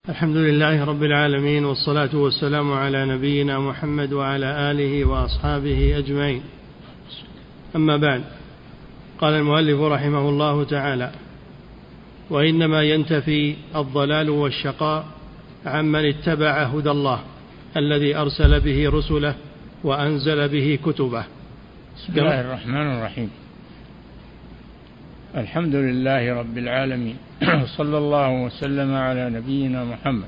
الحمد لله رب العالمين، والصلاة والسلام على نبينا محمد وعلى آله وأصحابه أجمعين. أما بعد، قال المؤلف رحمه الله تعالى: وإنما ينتفي الضلال والشقاء عمن اتبع هدى الله الذي أرسل به رسله وأنزل به كتبه. بسم الله الرحمن الرحيم. الحمد لله رب العالمين، صلى الله وسلم على نبينا محمد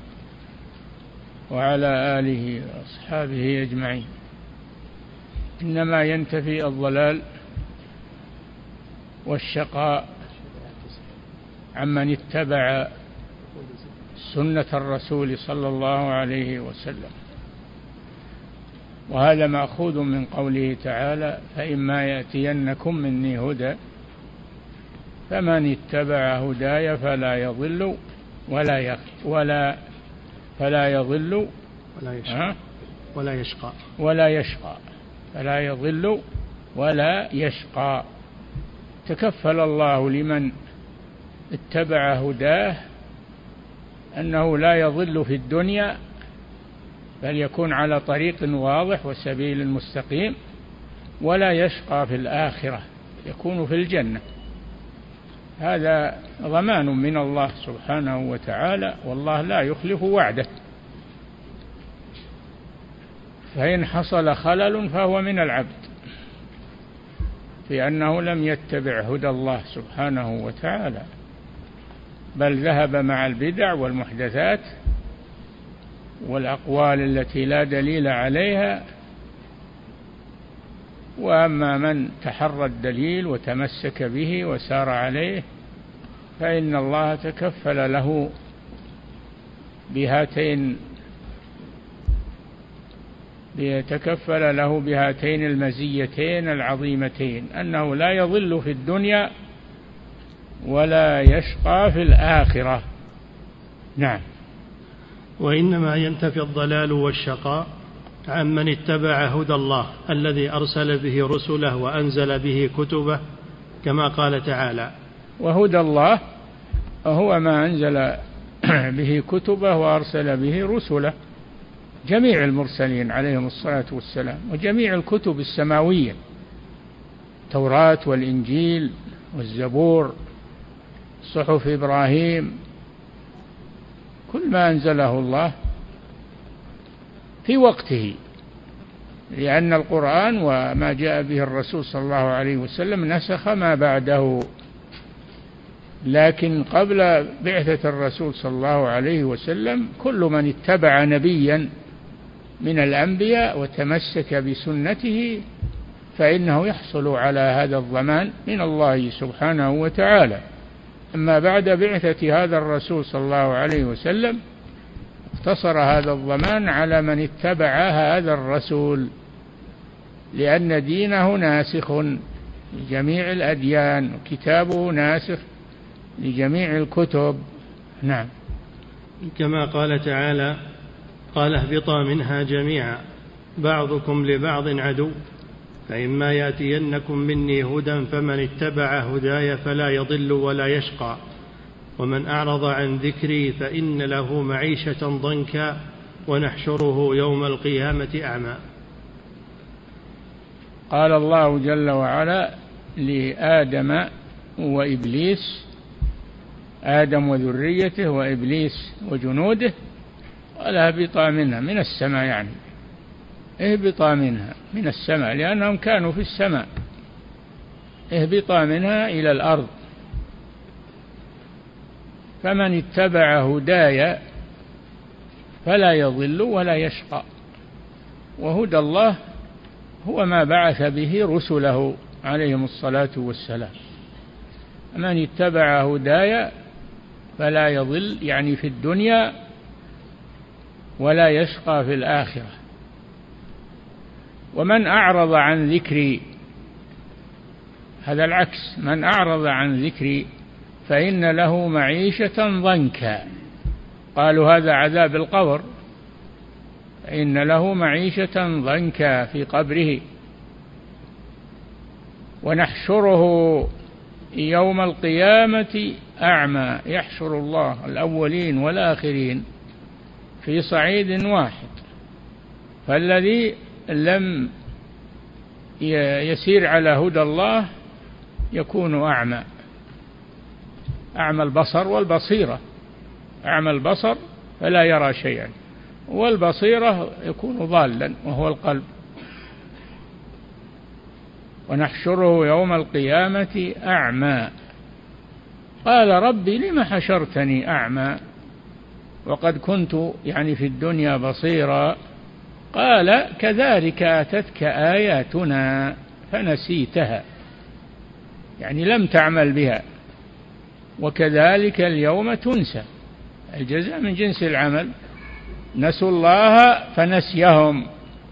وعلى آله وأصحابه أجمعين. إنما ينتفي الضلال والشقاء عمن اتبع سنة الرسول صلى الله عليه وسلم، وهذا مأخوذ من قوله تعالى: فإما يأتينكم مني هدى فمن اتبع هداي فلا يضل ولا يشقى. تكفل الله لمن اتبع هداه أنه لا يضل في الدنيا، بل يكون على طريق واضح وسبيل مستقيم، ولا يشقى في الآخرة، يكون في الجنة. هذا ضمان من الله سبحانه وتعالى، والله لا يخلف وعده، فإن حصل خلل فهو من العبد في أنه لم يتبع هدى الله سبحانه وتعالى، بل ذهب مع البدع والمحدثات والأقوال التي لا دليل عليها. وأما من تحرى الدليل وتمسك به وسار عليه فإن الله تكفل له بهاتين المزيتين العظيمتين، أنه لا يضل في الدنيا ولا يشقى في الآخرة. نعم. وإنما ينتفي الضلال والشقاء عمن اتبع هدى الله الذي أرسل به رسله وأنزل به كتبه، كما قال تعالى: وهدى الله هو ما أنزل به كتبه وأرسل به رسله، جميع المرسلين عليهم الصلاة والسلام، وجميع الكتب السماوية، التوراة والإنجيل والزبور، صحف إبراهيم، كل ما أنزله الله في وقته، لأن القرآن وما جاء به الرسول صلى الله عليه وسلم نسخ ما بعده. لكن قبل بعثة الرسول صلى الله عليه وسلم كل من اتبع نبيا من الأنبياء وتمسك بسنته فإنه يحصل على هذا الضمان من الله سبحانه وتعالى. أما بعد بعثة هذا الرسول صلى الله عليه وسلم اقتصر هذا الضمان على من اتبع هذا الرسول، لأن دينه ناسخ لجميع الأديان، وكتابه ناسخ لجميع الكتب. نعم. كما قال تعالى: قال اهبطا منها جميعا بعضكم لبعض عدو فإما يأتينكم مني هدى فمن اتبع هداي فلا يضل ولا يشقى ومن أعرض عن ذكري فإن له معيشة ضنكا ونحشره يوم القيامة أعمى. قال الله جل وعلا لآدم وإبليس، آدم وذريته وإبليس وجنوده، قال اهبطا منها، من السماء، يعني اهبطا منها من السماء، لأنهم كانوا في السماء، اهبطا منها إلى الأرض. فمن اتبع هداي فلا يضل ولا يشقى. وهدى الله هو ما بعث به رسله عليهم الصلاة والسلام. من اتبع هداي فلا يضل، يعني في الدنيا، ولا يشقى في الآخرة. ومن أعرض عن ذكري، هذا العكس، من أعرض عن ذكري فإن له معيشة ضنكا. قالوا هذا عذاب القبر، فإن له معيشة ضنكا في قبره. ونحشره يوم القيامة أعمى، يحشر الله الأولين والآخرين في صعيد واحد. فالذي لم يسير على هدى الله يكون أعمى البصر والبصيرة. أعمى البصر فلا يرى شيئا، والبصيرة يكون ضالا وهو القلب. ونحشره يوم القيامة أعمى قال ربي لم حشرتني أعمى وقد كنت يعني في الدنيا بصيرا قال كذلك أتتك آياتنا فنسيتها، يعني لم تعمل بها، وكذلك اليوم تنسى. الجزاء من جنس العمل. نسوا الله فنسيهم،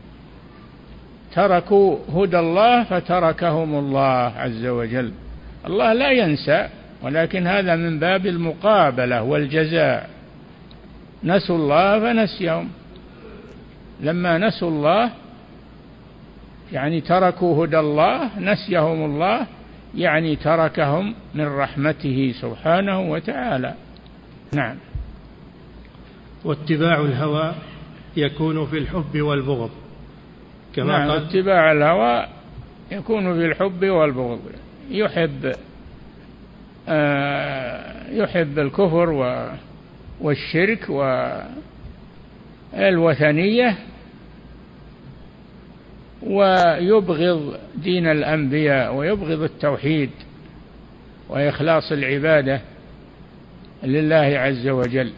تركوا هدى الله فتركهم الله عز وجل. الله لا ينسى، ولكن هذا من باب المقابلة والجزاء. نسوا الله فنسيهم، لما نسوا الله يعني تركوا هدى الله، نسيهم الله يعني تركهم من رحمته سبحانه وتعالى. نعم. واتباع الهوى يكون في الحب والبغض كما نعم. قال اتباع الهوى يكون في الحب والبغض. يحب الكفر والشرك والوثنية، ويبغض دين الأنبياء ويبغض التوحيد وإخلاص العبادة لله عز وجل،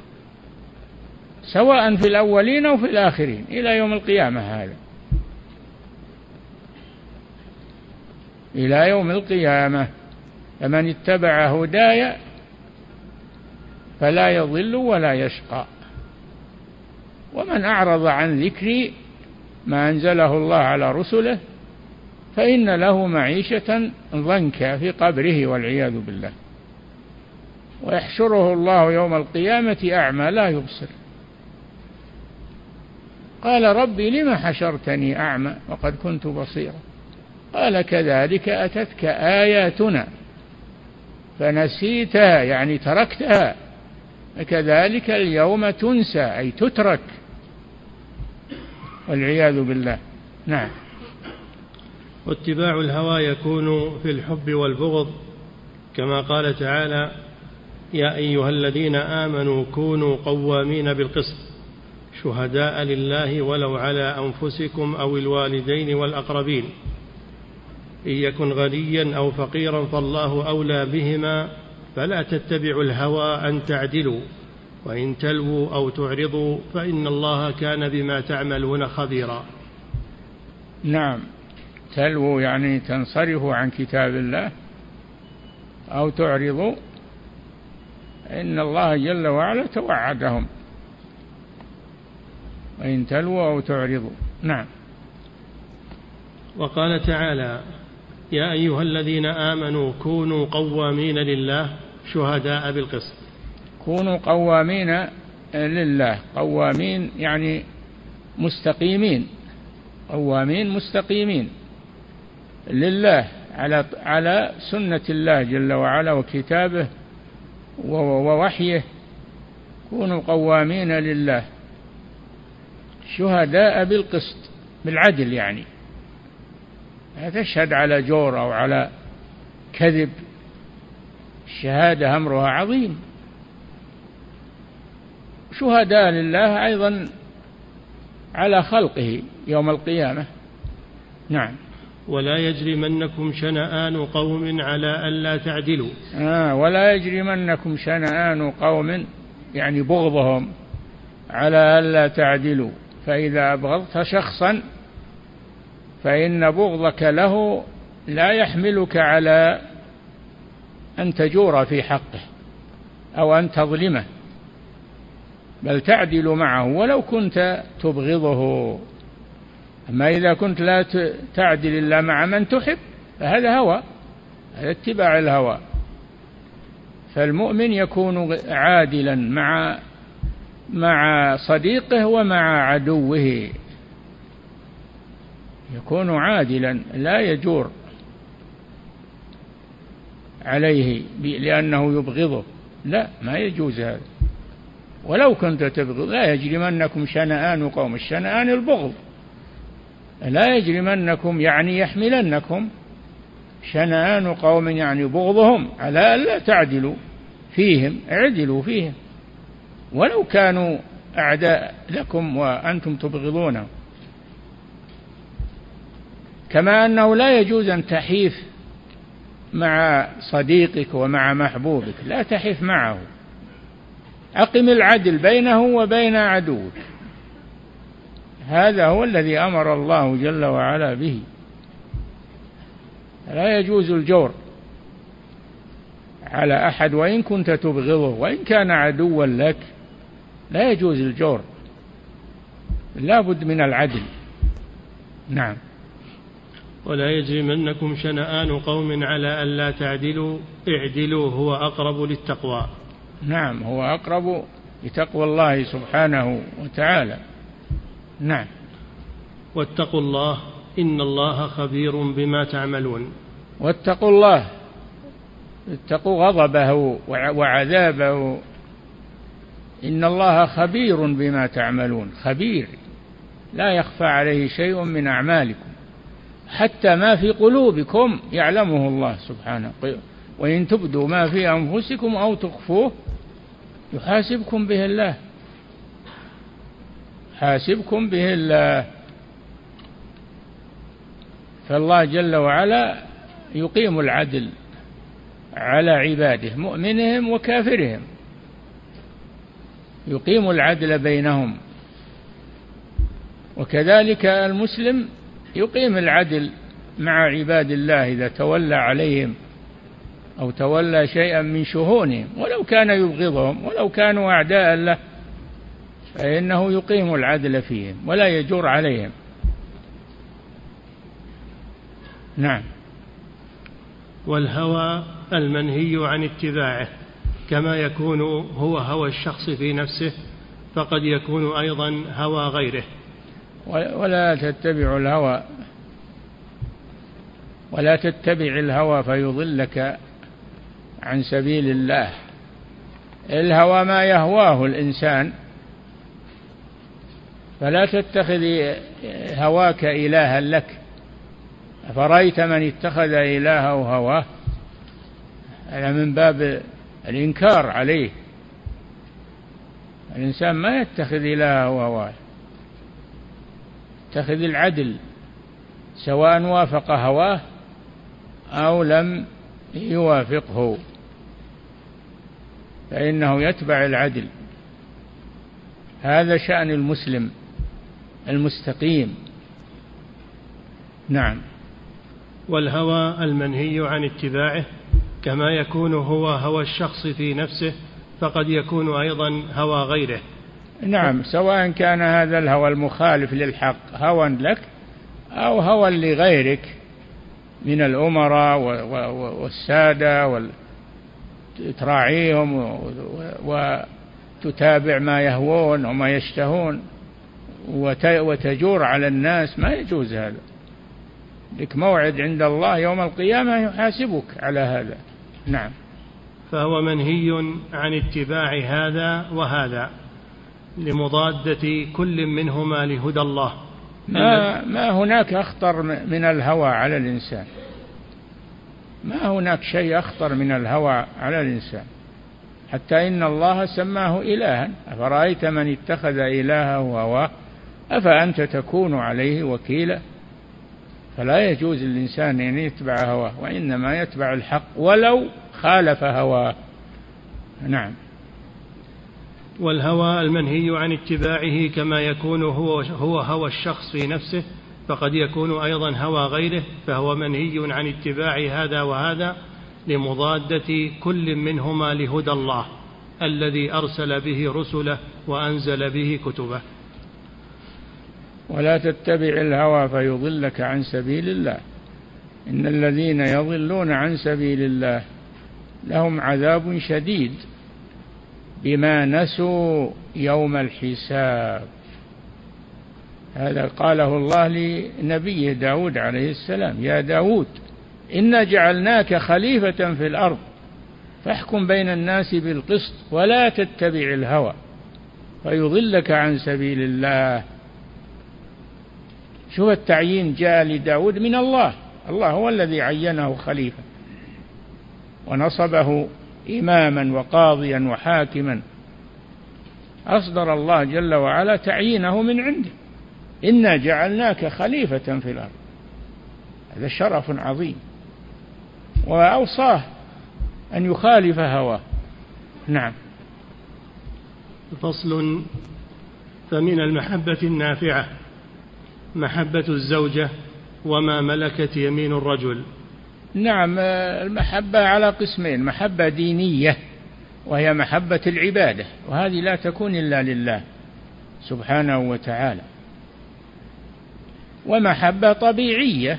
سواء في الأولين أو في الآخرين إلى يوم القيامة. هذا إلى يوم القيامة. فمن اتبع هداي فلا يضل ولا يشقى، ومن أعرض عن ذكري ما أنزله الله على رسله فإن له معيشة ضنكا في قبره والعياذ بالله، ويحشره الله يوم القيامة أعمى لا يبصر. قال ربي لم حشرتني أعمى وقد كنت بصيرا قال كذلك أتتك آياتنا فنسيتها، يعني تركتها، كذلك اليوم تنسى أي تترك والعياذ بالله. نعم. واتباع الهوى يكون في الحب والبغض كما قال تعالى يا أيها الذين آمنوا كونوا قوامين بالقسط شهداء لله ولو على أنفسكم أو الوالدين والأقربين إن يكن غنيا أو فقيرا فالله أولى بهما فلا تتبعوا الهوى أن تعدلوا وإن تلووا أو تعرضوا فإن الله كان بما تعملون خبيرا. نعم. تلووا يعني تنصرفوا عن كتاب الله أو تعرضوا، إن الله جل وعلا توعدهم، وإن تلووا أو تعرضوا. نعم. وقال تعالى يا أيها الذين آمنوا كونوا قوامين لله شهداء بالقسط. كونوا قوامين لله، قوامين يعني مستقيمين، قوامين مستقيمين لله على سنة الله جل وعلا وكتابه ووحيه. كونوا قوامين لله شهداء بالقسط، بالعدل، يعني لا تشهد على جور أو على كذب. الشهادة أمرها عظيم. شهداء لله أيضا على خلقه يوم القيامة. نعم. ولا يجرمنكم شنآن قوم على ألا تعدلوا. ولا يجرمنكم شنآن قوم يعني بغضهم على ألا تعدلوا، فإذا أبغضت شخصا فإن بغضك له لا يحملك على أن تجور في حقه أو أن تظلمه، بل تعدل معه ولو كنت تبغضه. أما إذا كنت لا تعدل إلا مع من تحب فهذا هوى، هذا اتباع الهوى. فالمؤمن يكون عادلا مع صديقه ومع عدوه، يكون عادلا لا يجور عليه لأنه يبغضه، لا، ما يجوز هذا. ولو كنت تبغض. لا يجرمنكم شنآن قوم، الشنآن البغض، لا يجرمنكم يعني يحملنكم، شنآن قوم يعني بغضهم، على ألا تعدلوا فيهم، اعدلوا فيهم ولو كانوا أعداء لكم وأنتم تبغضونهم. كما أنه لا يجوز أن تحيف مع صديقك ومع محبوبك، لا تحيف معه، أقم العدل بينه وبين عدوك، هذا هو الذي أمر الله جل وعلا به. لا يجوز الجور على أحد وإن كنت تبغضه وإن كان عدوا لك، لا يجوز الجور، لا بد من العدل. نعم. ولا يجرمنكم شنآن قوم على ألا تعدلوا اعدلوا هو أقرب للتقوى. نعم، هو أقرب لتقوى الله سبحانه وتعالى. نعم. واتقوا الله إن الله خبير بما تعملون. واتقوا الله، اتقوا غضبه وعذابه، إن الله خبير بما تعملون، خبير لا يخفى عليه شيء من أعمالكم، حتى ما في قلوبكم يعلمه الله سبحانه، وإن تبدوا ما في أنفسكم أو تخفوه يحاسبكم به الله، حاسبكم به الله. فالله جل وعلا يقيم العدل على عباده مؤمنهم وكافرهم، يقيم العدل بينهم، وكذلك المسلم يقيم العدل مع عباد الله إذا تولى عليهم أو تولى شيئا من شؤونهم، ولو كان يبغضهم ولو كانوا أعداء له، فإنه يقيم العدل فيهم ولا يجور عليهم. نعم. والهوى المنهي عن اتباعه كما يكون هو هوى الشخص في نفسه فقد يكون أيضا هوى غيره. ولا تتبع الهوى، ولا تتبع الهوى فيضلك عن سبيل الله. الهوى ما يهواه الإنسان، فلا تتخذ هواك إلها لك. أفرأيت من اتخذ إلهه هواه، هذا من باب الإنكار عليه. الإنسان ما يتخذ إلهه هواه، يتخذ العدل سواء وافق هواه أو لم يوافقه، فإنه يتبع العدل. هذا شأن المسلم المستقيم. نعم. والهوى المنهي عن اتباعه كما يكون هو هوى الشخص في نفسه فقد يكون أيضا هوى غيره. نعم، سواء كان هذا الهوى المخالف للحق هوى لك أو هوى لغيرك من الأمراء والسادة، وتراعيهم وتتابع ما يهوون وما يشتهون وتجور على الناس، ما يجوز هذا. لك موعد عند الله يوم القيامة يحاسبك على هذا. نعم. فهو منهي عن اتباع هذا وهذا لمضادة كل منهما لهدى الله. ما هناك أخطر من الهوى على الإنسان، ما هناك شيء أخطر من الهوى على الإنسان، حتى إن الله سماه إلها. أفرأيت من اتخذ إلهه هواه أفأنت تكون عليه وكيلا. فلا يجوز للإنسان أن يتبع هواه، وإنما يتبع الحق ولو خالف هواه. نعم. والهوى المنهي عن اتباعه كما يكون هو هوى الشخص في نفسه فقد يكون أيضا هوى غيره، فهو منهي عن اتباع هذا وهذا لمضادة كل منهما لهدى الله الذي أرسل به رسله وأنزل به كتبه. ولا تتبع الهوى فيضلك عن سبيل الله، إن الذين يضلون عن سبيل الله لهم عذاب شديد بما نسوا يوم الحساب. هذا قاله الله لنبيه داود عليه السلام: يا داود إنا جعلناك خليفة في الأرض فاحكم بين الناس بالقسط ولا تتبع الهوى فيضلك عن سبيل الله. شوف التعيين جاء لداود من الله، الله هو الذي عينه خليفة ونصبه إماما وقاضيا وحاكما، أصدر الله جل وعلا تعيينه من عنده، إنا جعلناك خليفة في الأرض. هذا شرف عظيم، وأوصاه أن يخالف هواه. نعم. فصل. فمن المحبة النافعة محبة الزوجة وما ملكت يمين الرجل. نعم، المحبة على قسمين: محبة دينية وهي محبة العبادة، وهذه لا تكون إلا لله سبحانه وتعالى، ومحبة طبيعية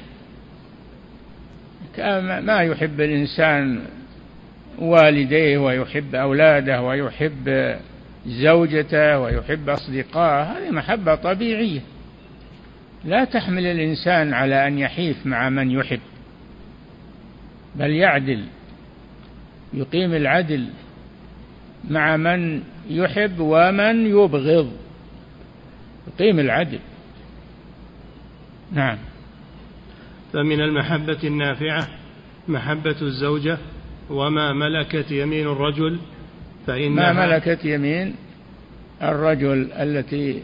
ما يحب الإنسان والديه ويحب أولاده ويحب زوجته ويحب أصدقائه، هذه محبة طبيعية لا تحمل الإنسان على أن يحيف مع من يحب، بل يعدل، يقيم العدل مع من يحب ومن يبغض، يقيم العدل. نعم. فمن المحبة النافعة محبة الزوجة وما ملكت يمين الرجل، ما ملكت يمين الرجل التي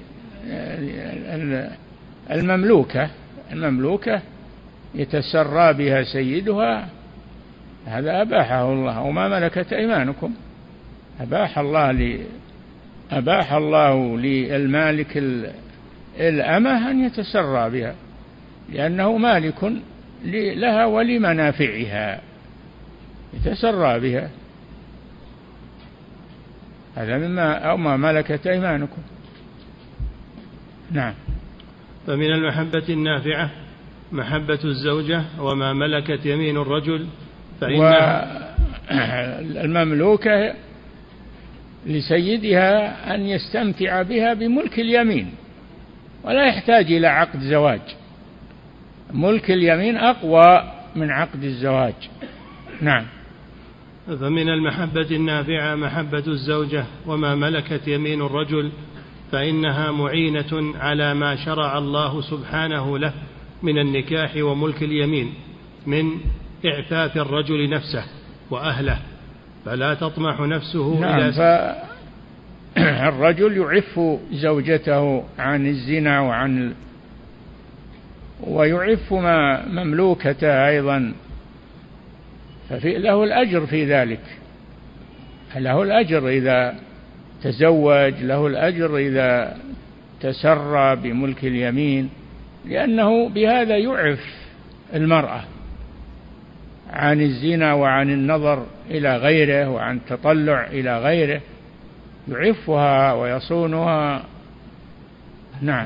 المملوكة يتسرى بها سيدها، هذا أباحه الله. وما ملكت أيمانكم، أباح الله للمالك الأمة أن يتسرى بها، لأنه مالك لها ولمنافعها، يتسرى بها. هذا مما أو ما ملكت أيمانكم. نعم. فمن المحبة النافعة محبة الزوجة وما ملكت يمين الرجل، والمملوكة لسيدها أن يستمتع بها بملك اليمين ولا يحتاج إلى عقد زواج. ملك اليمين أقوى من عقد الزواج. نعم. فمن المحبة النافعة محبة الزوجة وما ملكت يمين الرجل، فإنها معينة على ما شرع الله سبحانه له من النكاح وملك اليمين من إعفاف الرجل نفسه وأهله، فلا تطمح نفسه. نعم. فالرجل يعف زوجته عن الزنا ويعف ما مملوكته أيضا، له الأجر في ذلك، له الأجر إذا تزوج، له الأجر إذا تسرى بملك اليمين، لأنه بهذا يعف المرأة عن الزنا وعن النظر إلى غيره وعن التطلع إلى غيره، يعفها ويصونها. نعم.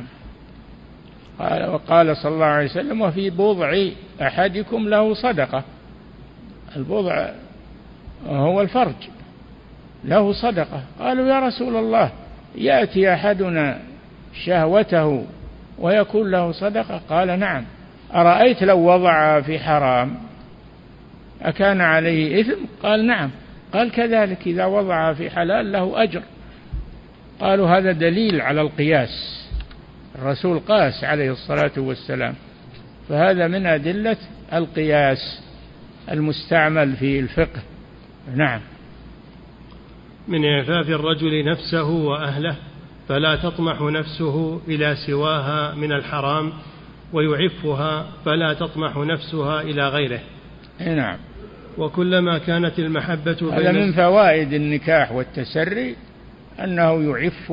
وقال صلى الله عليه وسلم: وفي بضع أحدكم له صدقة. البضع هو الفرج، له صدقة. قالوا: يا رسول الله، يأتي أحدنا شهوته ويكون له صدقة؟ قال: نعم. أرأيت لو وضع في حرام أكان عليه إثم؟ قال: نعم. قال: كذلك إذا وضع في حلال له أجر. قالوا: هذا دليل على القياس، الرسول قاس عليه الصلاة والسلام، فهذا من أدلة القياس المستعمل في الفقه. نعم. من إعفاف الرجل نفسه وأهله، فلا تطمح نفسه إلى سواها من الحرام، ويعفها فلا تطمح نفسها إلى غيره. نعم. وكلما كانت المحبة هذا من فوائد النكاح والتسري، أنه يعف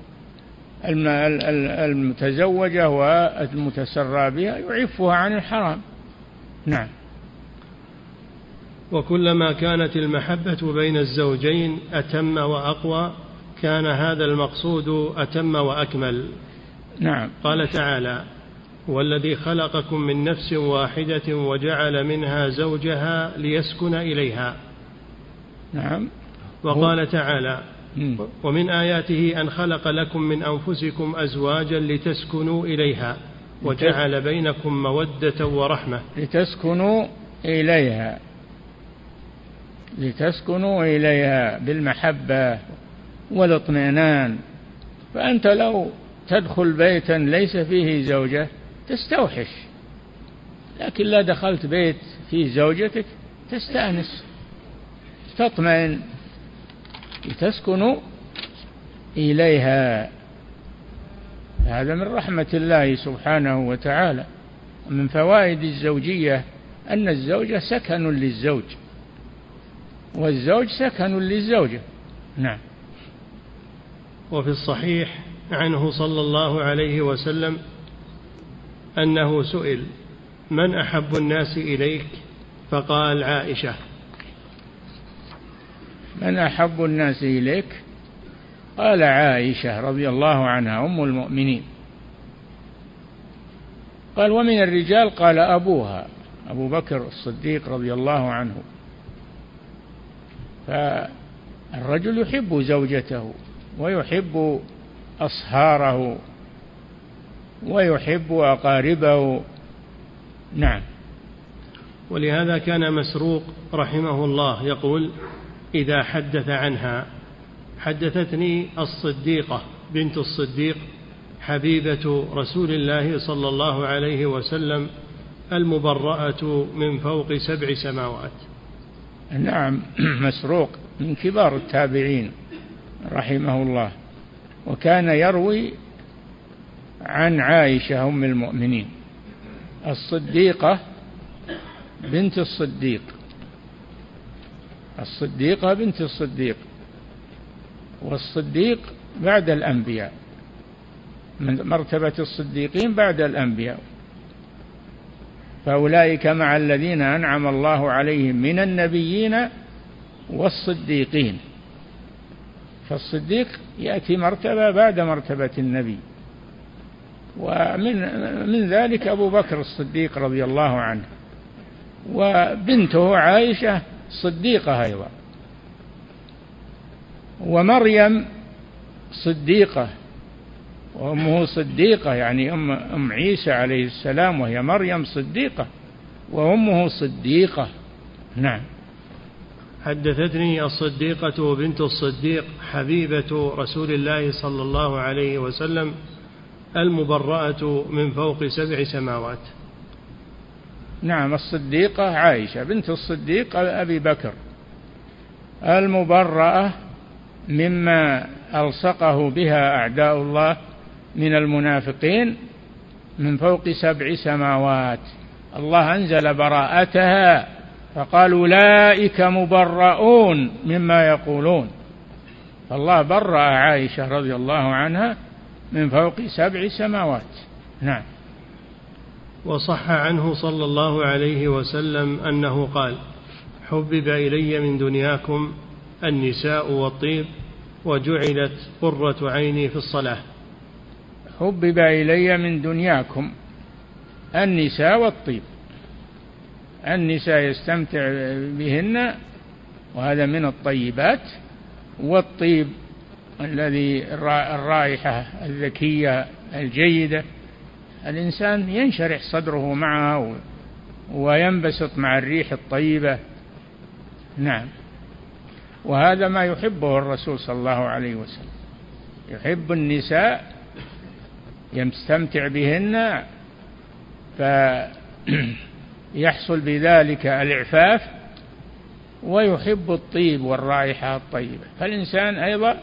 المتزوجة والمتسرى بها، يعفها عن الحرام. نعم. وكلما كانت المحبة بين الزوجين أتم وأقوى، كان هذا المقصود أتم وأكمل. نعم. قال تعالى: والذي خلقكم من نفس واحدة وجعل منها زوجها ليسكن إليها. نعم. وقال تعالى: ومن آياته أن خلق لكم من أنفسكم أزواجا لتسكنوا إليها وجعل بينكم مودة ورحمة. لتسكنوا إليها بالمحبة والاطمئنان فأنت لو تدخل بيتا ليس فيه زوجة تستوحش، لكن لا دخلت بيت فيه زوجتك تستأنس، تطمئن، تسكن إليها. هذا من رحمة الله سبحانه وتعالى. من فوائد الزوجية أن الزوجة سكن للزوج والزوج سكن للزوجة. نعم. وفي الصحيح عنه صلى الله عليه وسلم أنه سئل: من أحب الناس إليك؟ فقال: عائشة. من أحب الناس إليك؟ قال: عائشة رضي الله عنها أم المؤمنين. قال: ومن الرجال؟ قال: أبوها أبو بكر الصديق رضي الله عنه. فالرجل يحب زوجته ويحب أصهاره ويحب أقاربه. نعم. ولهذا كان مسروق رحمه الله يقول إذا حدث عنها: حدثتني الصديقة بنت الصديق حبيبة رسول الله صلى الله عليه وسلم المبرأة من فوق 7 سماوات. نعم. مسروق من كبار التابعين رحمه الله، وكان يروي عن عائشة أم المؤمنين الصديقة بنت الصديق، الصديقة بنت الصديق، والصديق بعد الأنبياء، من مرتبة الصديقين بعد الأنبياء، فأولئك مع الذين أنعم الله عليهم من النبيين والصديقين. فالصديق يأتي مرتبة بعد مرتبة النبي. ومن ذلك أبو بكر الصديق رضي الله عنه، وبنته عائشة صديقة أيضا، ومريم صديقة وأمه صديقة، يعني أم عيسى عليه السلام، وهي مريم صديقة وأمه صديقة. نعم. حدثتني الصديقة بنت الصديق حبيبة رسول الله صلى الله عليه وسلم المبرأة من فوق 7 سماوات. نعم. الصديقة عائشة بنت الصديق أبي بكر المبرأة مما ألصقه بها أعداء الله من المنافقين من فوق 7 سماوات. الله أنزل براءتها فقال: أولئك مبرؤون مما يقولون. فالله برأ عائشة رضي الله عنها من فوق 7 سماوات. نعم. وصح عنه صلى الله عليه وسلم أنه قال: حبب إلي من دنياكم النساء والطيب وجعلت قرة عيني في الصلاة. حبب إلي من دنياكم النساء والطيب، النساء يستمتع بهن وهذا من الطيبات، والطيب الذي الرائحة الذكية الجيدة، الإنسان ينشرح صدره معها وينبسط مع الريح الطيبة. نعم. وهذا ما يحبه الرسول صلى الله عليه وسلم، يحب النساء يستمتع بهن فيحصل بذلك الإعفاف، ويحب الطيب والرائحة الطيبة. فالإنسان أيضا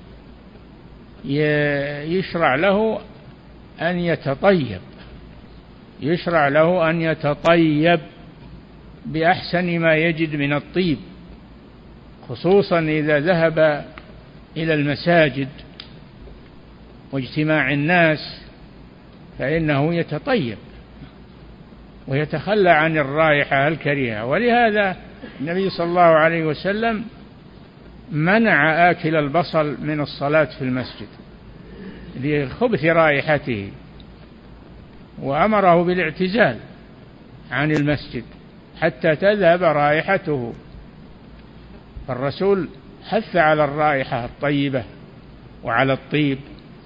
يشرع له أن يتطيب، يشرع له أن يتطيب بأحسن ما يجد من الطيب، خصوصا إذا ذهب إلى المساجد واجتماع الناس فإنه يتطيب ويتخلى عن الرائحة الكريهة. ولهذا النبي صلى الله عليه وسلم منع آكل البصل من الصلاة في المسجد لخبث رائحته، وأمره بالاعتزال عن المسجد حتى تذهب رائحته. فالرسول حث على الرائحة الطيبة وعلى الطيب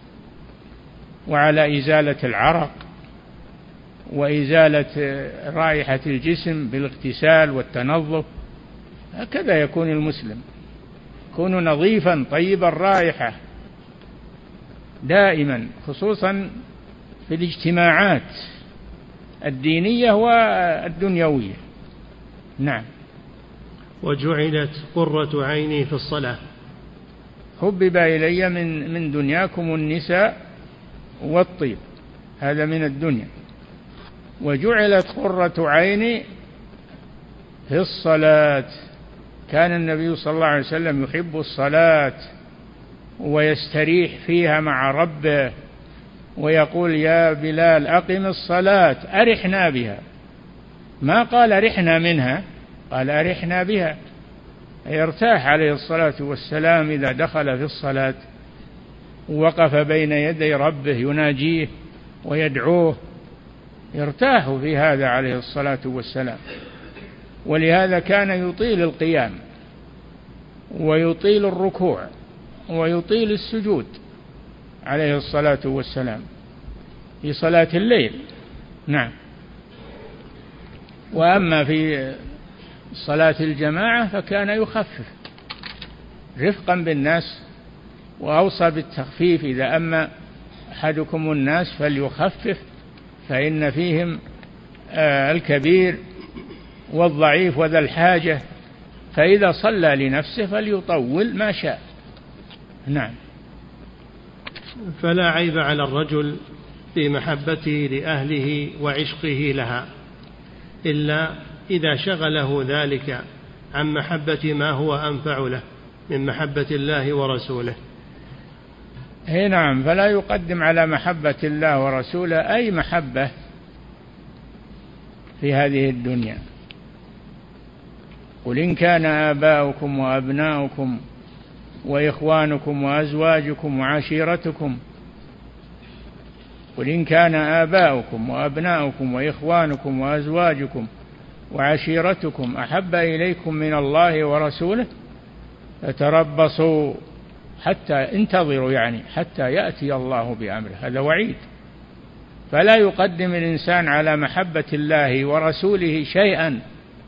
وعلى إزالة العرق وإزالة رائحة الجسم بالاغتسال والتنظف. هكذا يكون المسلم، يكون نظيفا طيب الرائحة. دائما، خصوصا في الاجتماعات الدينية والدنيوية. نعم. وجعلت قرة عيني في الصلاة. حبب إلي من دنياكم النساء والطيب، هذا من الدنيا. وجعلت قرة عيني في الصلاة، كان النبي صلى الله عليه وسلم يحب الصلاة ويستريح فيها مع ربه، ويقول يا بلال أقم الصلاة أرحنا بها، ما قال أرحنا منها، قال أرحنا بها، يرتاح عليه الصلاة والسلام إذا دخل في الصلاة ووقف بين يدي ربه يناجيه ويدعوه، يرتاح في هذا عليه الصلاة والسلام. ولهذا كان يطيل القيام ويطيل الركوع ويطيل السجود عليه الصلاة والسلام في صلاة الليل. نعم. وأما في صلاة الجماعة فكان يخفف رفقا بالناس، وأوصى بالتخفيف إذا أما أحدكم الناس فليخفف فإن فيهم الكبير والضعيف وذا الحاجة، فإذا صلى لنفسه فليطول ما شاء. نعم. فلا عيب على الرجل في محبته لأهله وعشقه لها، إلا إذا شغله ذلك عن محبة ما هو أنفع له من محبة الله ورسوله. نعم. فلا يقدم على محبة الله ورسوله أي محبة في هذه الدنيا. قل إن كان آباؤكم وأبناؤكم وإخوانكم وأزواجكم وعشيرتكم، قل إن كان آباؤكم وأبناؤكم وإخوانكم وأزواجكم وعشيرتكم أحب إليكم من الله ورسوله فتربصوا حتى انتظروا، يعني حتى يأتي الله بأمره. هذا وعيد. فلا يقدم الإنسان على محبة الله ورسوله شيئا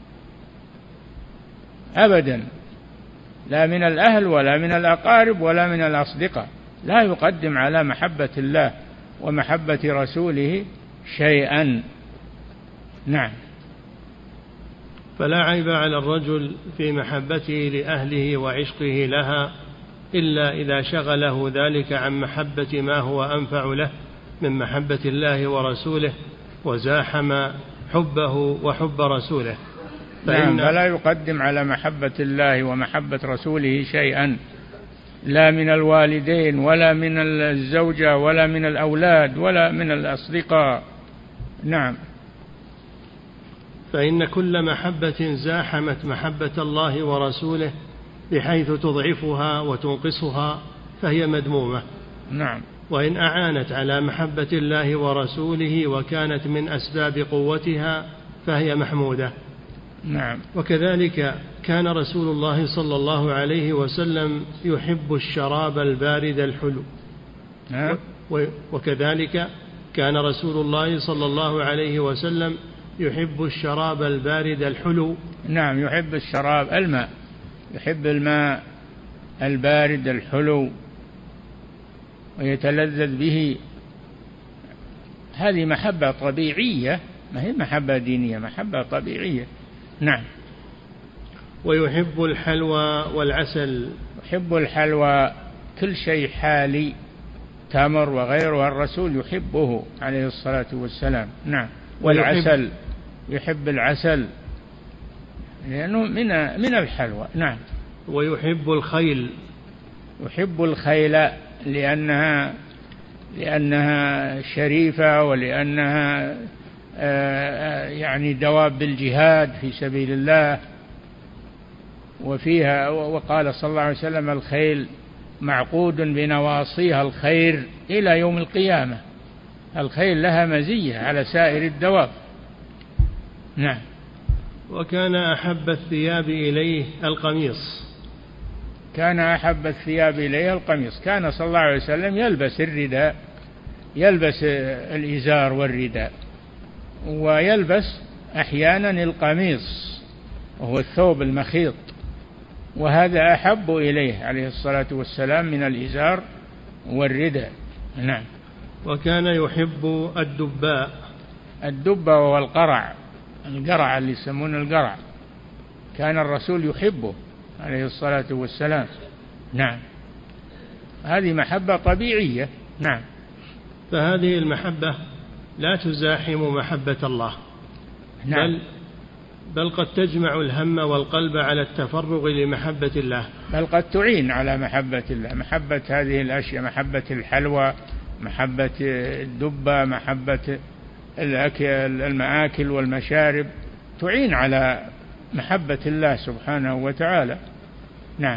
أبدا، لا من الأهل ولا من الأقارب ولا من الأصدقاء، لا يقدم على محبة الله ومحبة رسوله شيئا. نعم. فلا عيب على الرجل في محبته لأهله وعشقه لها، إلا إذا شغله ذلك عن محبة ما هو أنفع له من محبة الله ورسوله وزاحم حبه وحب رسوله. نعم. فلا يقدم على محبة الله ومحبة رسوله شيئا، لا من الوالدين ولا من الزوجة ولا من الأولاد ولا من الأصدقاء. نعم. فإن كل محبة زاحمت محبة الله ورسوله بحيث تضعفها وتنقصها فهي مذمومة. نعم. وإن أعانت على محبة الله ورسوله وكانت من أسباب قوتها فهي محمودة. نعم. وكذلك كان رسول الله صلى الله عليه وسلم يحب الشراب البارد الحلو. نعم. وكذلك كان رسول الله صلى الله عليه وسلم يحب الشراب البارد الحلو. نعم. يحب الشراب، الماء، يحب الماء البارد الحلو ويتلذذ به. هذه محبة طبيعية، ما هي محبة دينية، محبة طبيعية. نعم. ويحب الحلوى والعسل. يحب الحلوى، كل شيء حالي، تمر وغيره، الرسول يحبه عليه الصلاة والسلام. نعم. والعسل، يحب العسل لأنه من الحلوى. نعم. ويحب الخيل. يحب الخيل لأنها شريفة، ولأنها يعني دواب الجهاد في سبيل الله، وفيها وقال صلى الله عليه وسلم الخيل معقود بنواصيها الخير إلى يوم القيامة. الخيل لها مزية على سائر الدواب. نعم. وكان أحب الثياب إليه القميص. كان أحب الثياب إليه القميص. كان صلى الله عليه وسلم يلبس الرداء، يلبس الإزار والرداء، ويلبس أحيانا القميص وهو الثوب المخيط، وهذا أحب إليه عليه الصلاة والسلام من الإزار والرداء. نعم. وكان يحب الدباء. الدبة هو القرع اللي يسمونه القرع، كان الرسول يحبه عليه الصلاة والسلام. نعم. هذه محبة طبيعية. نعم. فهذه المحبة لا تزاحم محبة الله. نعم. بل قد تجمع الهم والقلب على التفرغ لمحبة الله، بل قد تعين على محبة الله. محبة هذه الأشياء، محبة الحلوى، محبة الدبة، محبة المآكل والمشارب، تعين على محبة الله سبحانه وتعالى. نعم.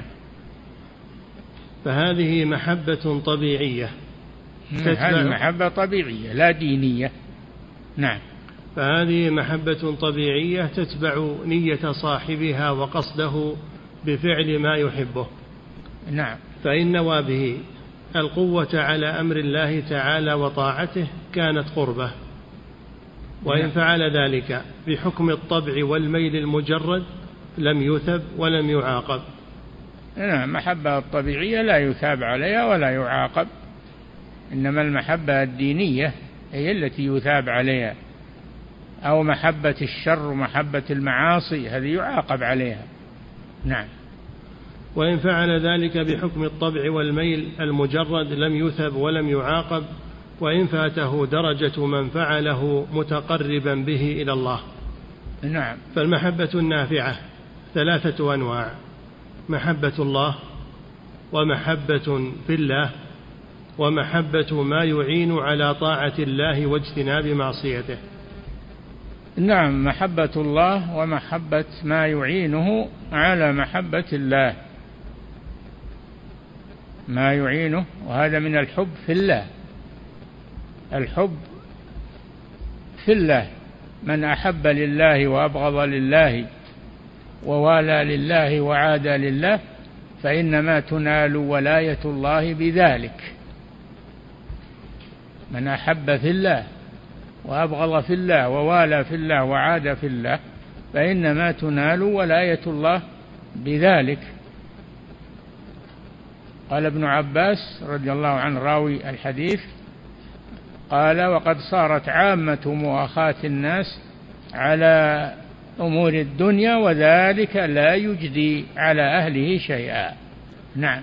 فهذه محبة طبيعية. هذه محبة طبيعية لا دينية. نعم. فهذه محبة طبيعية تتبع نية صاحبها وقصده بفعل ما يحبه. نعم. فإن نوى به القوة على أمر الله تعالى وطاعته كانت قربة، وإن فعل ذلك بحكم الطبع والميل المجرد لم يثب ولم يعاقب. نعم. محبة الطبيعية لا يثاب عليها ولا يعاقب، إنما المحبة الدينية هي التي يثاب عليها، أو محبة الشر ومحبة المعاصي هذه يعاقب عليها. نعم. وإن فعل ذلك بحكم الطبع والميل المجرد لم يثب ولم يعاقب، وإن فاته درجة من فعله متقربا به إلى الله. نعم. فالمحبة النافعة 3 أنواع: محبة الله، ومحبة في الله، ومحبة ما يعين على طاعة الله واجتناب معصيته. نعم. محبة الله ومحبة ما يعينه على محبة الله، ما يعينه، وهذا من الحب في الله. الحب في الله، من أحب لله وأبغض لله ووالى لله وعادى لله فإنما تنال ولاية الله بذلك. من أحب في الله وأبغض في الله ووالى في الله وعادى في الله فإنما تنال ولاية الله بذلك. قال ابن عباس رضي الله عنه راوي الحديث قال: وقد صارت عامة مؤاخاة الناس على أمور الدنيا وذلك لا يجدي على أهله شيئا. نعم.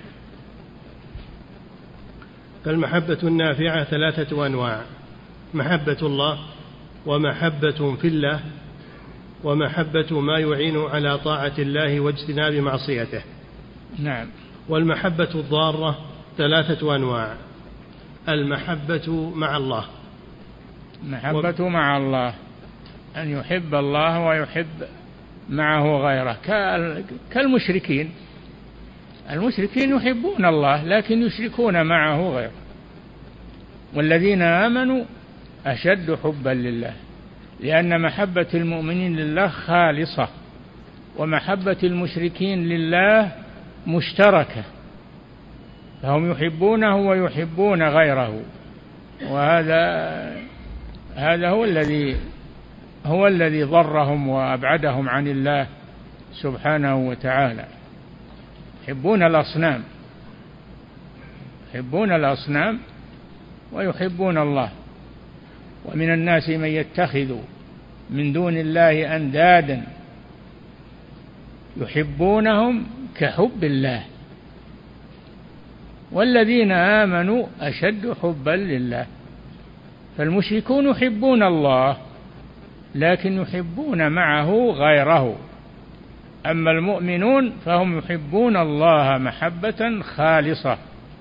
فالمحبة النافعة 3 أنواع: محبة الله، ومحبة في الله، ومحبة ما يعين على طاعة الله واجتناب معصيته. نعم. والمحبة الضارة 3 أنواع: المحبة مع الله. محبة مع الله، أن يحب الله ويحب معه غيره، كالمشركين. المشركين يحبون الله لكن يشركون معه غيره، والذين آمنوا أشد حبا لله، لأن محبة المؤمنين لله خالصة، ومحبة المشركين لله مشتركة، فهم يحبونه ويحبون غيره. وهذا هو الذي ضرهم وأبعدهم عن الله سبحانه وتعالى. يحبون الأصنام ويحبون الله. ومن الناس من يتخذ من دون الله أندادا يحبونهم كحب الله والذين آمنوا أشد حبا لله. فالمشركون يحبون الله لكن يحبون معه غيره، أما المؤمنون فهم يحبون الله محبة خالصة،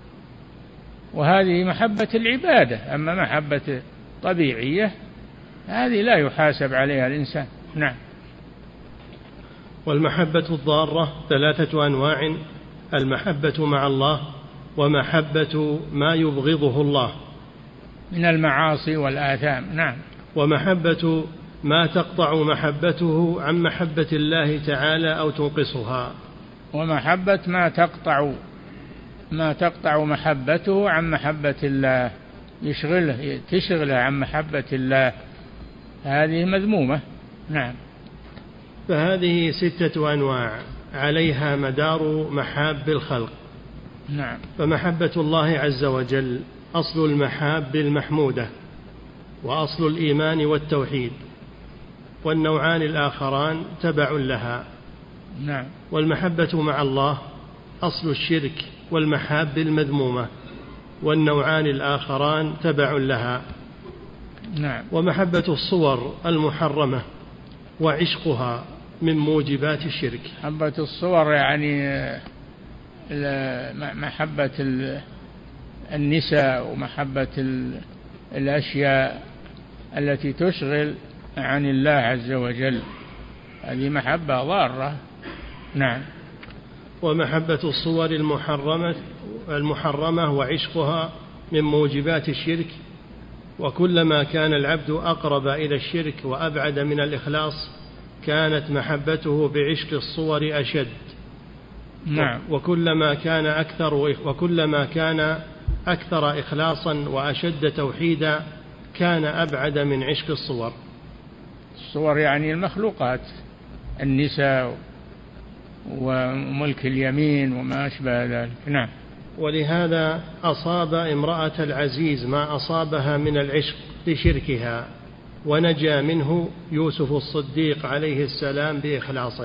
وهذه محبة العبادة. أما محبة طبيعية هذه لا يحاسب عليها الإنسان. نعم. والمحبة الضارة 3 أنواع: المحبة مع الله، ومحبة ما يبغضه الله من المعاصي والآثام. نعم. ومحبة ما تقطع محبته عن محبة الله تعالى أو تنقصها. ومحبة ما تقطع محبته عن محبة الله، تشغله عن محبة الله، هذه مذمومة. نعم. فهذه 6 أنواع عليها مدار محاب الخلق. نعم. فمحبة الله عز وجل أصل المحاب المحمودة، وأصل الإيمان والتوحيد، والنوعان الآخران تبع لها. نعم. والمحبة مع الله أصل الشرك والمحاب المذمومة، والنوعان الآخران تبع لها. نعم. ومحبة الصور المحرمة وعشقها من موجبات الشرك. محبة الصور يعني محبة النساء ومحبة الأشياء التي تشغل عن الله عز وجل، هذه محبة ضارة. نعم. ومحبة الصور المحرمة وعشقها من موجبات الشرك، وكلما كان العبد أقرب إلى الشرك وأبعد من الإخلاص كانت محبته بعشق الصور أشد. نعم. وكلما كان أكثر إخلاصا وأشد توحيدا كان أبعد من عشق الصور. الصور يعني المخلوقات، النساء وملك اليمين وما أشبه ذلك. نعم. ولهذا أصاب امرأة العزيز ما أصابها من العشق لشركها، ونجا منه يوسف الصديق عليه السلام بإخلاصه.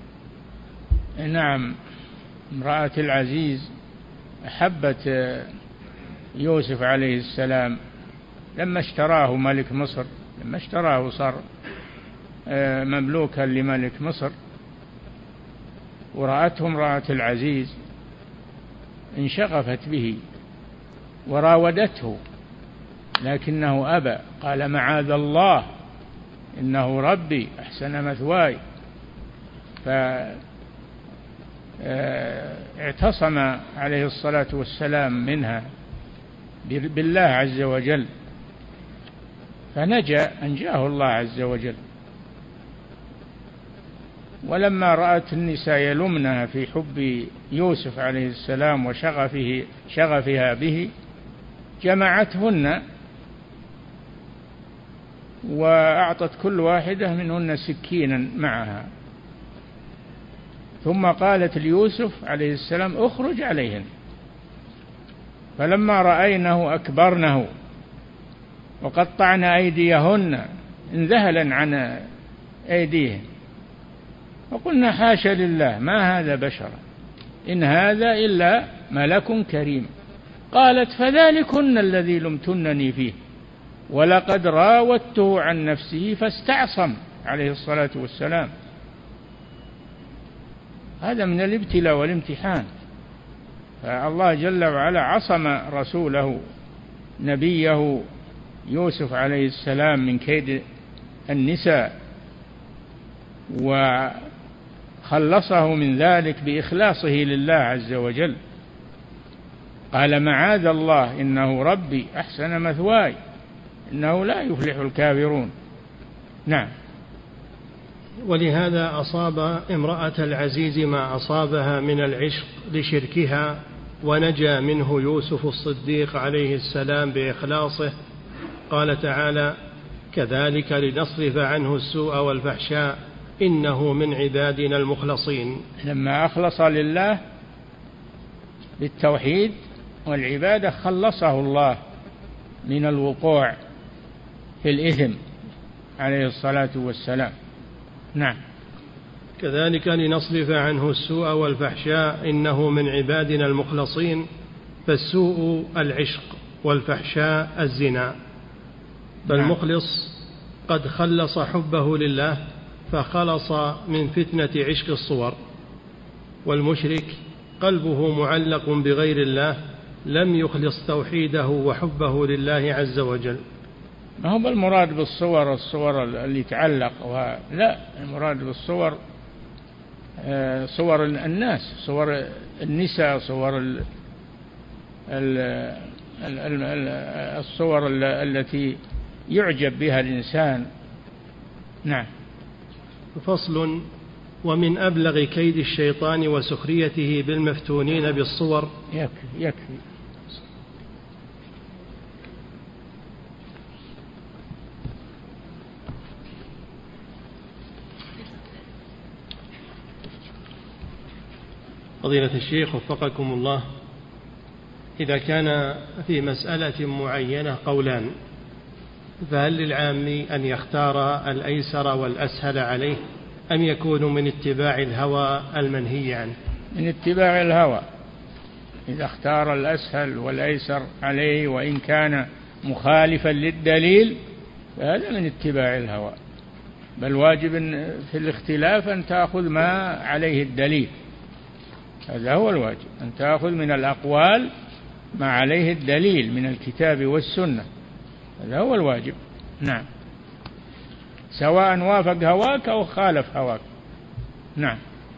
نعم. امرأة العزيز أحبت يوسف عليه السلام لما اشتراه ملك مصر، لما اشتراه صار مملوكا لملك مصر، ورأته امرأة العزيز انشغفت به وراودته، لكنه أبى، قال معاذ الله إنه ربي أحسن مثواي، فاعتصم عليه الصلاة والسلام منها بالله عز وجل، أنجاه الله عز وجل. ولما رأت النساء يلمنها في حب يوسف عليه السلام وشغفها به جمعتهن وأعطت كل واحدة منهن سكينا معها، ثم قالت ليوسف عليه السلام اخرج عليهن، فلما رأينه أكبرنه وقطعن أيديهن انذهلا عن أيديهن، وقلنا حاشا لله ما هذا بشرا إن هذا إلا ملك كريم. قالت فذلكن الذي لمتنني فيه ولقد راودته عن نفسه فاستعصم عليه الصلاة والسلام. هذا من الابتلاء والامتحان، فالله جل وعلا عصم رسوله نبيه يوسف عليه السلام من كيد النساء، وخلصه من ذلك بإخلاصه لله عز وجل. قال معاذ الله إنه ربي أحسن مثواي إنه لا يفلح الكافرون. نعم. ولهذا أصاب امرأة العزيز ما أصابها من العشق لشركها، ونجا منه يوسف الصديق عليه السلام بإخلاصه. قال تعالى كذلك لنصرف عنه السوء والفحشاء إنه من عبادنا المخلصين. لما أخلص لله بالتوحيد والعبادة خلصه الله من الوقوع في الإثم عليه الصلاة والسلام. نعم. كذلك لنصرف عنه السوء والفحشاء إنه من عبادنا المخلصين، فالسوء العشق والفحشاء الزنا. فالمخلص قد خلص حبه لله فخلص من فتنة عشق الصور، والمشرك قلبه معلق بغير الله لم يخلص توحيده وحبه لله عز وجل. ما هو المراد بالصور الصور اللي تعلق، لا، المراد بالصور صور الناس، صور النساء، صور الصور التي يعجب بها الإنسان. نعم. فصل. ومن أبلغ كيد الشيطان وسخريته بالمفتونين بالصور. يكفي. فضيلة الشيخ وفقكم الله، إذا كان في مسألة معينة قولان، فهل للعام أن يختار الأيسر والأسهل عليه، أم يكون من اتباع الهوى المنهي عنه؟ من اتباع الهوى. إذا اختار الأسهل والأيسر عليه وإن كان مخالفا للدليل فهذا من اتباع الهوى، بل واجب في الاختلاف أن تأخذ ما عليه الدليل، هذا هو الواجب، أن تأخذ من الأقوال ما عليه الدليل من الكتاب والسنة، هذا هو الواجب. نعم، سواء وافق هواك أو خالف هواك. نعم.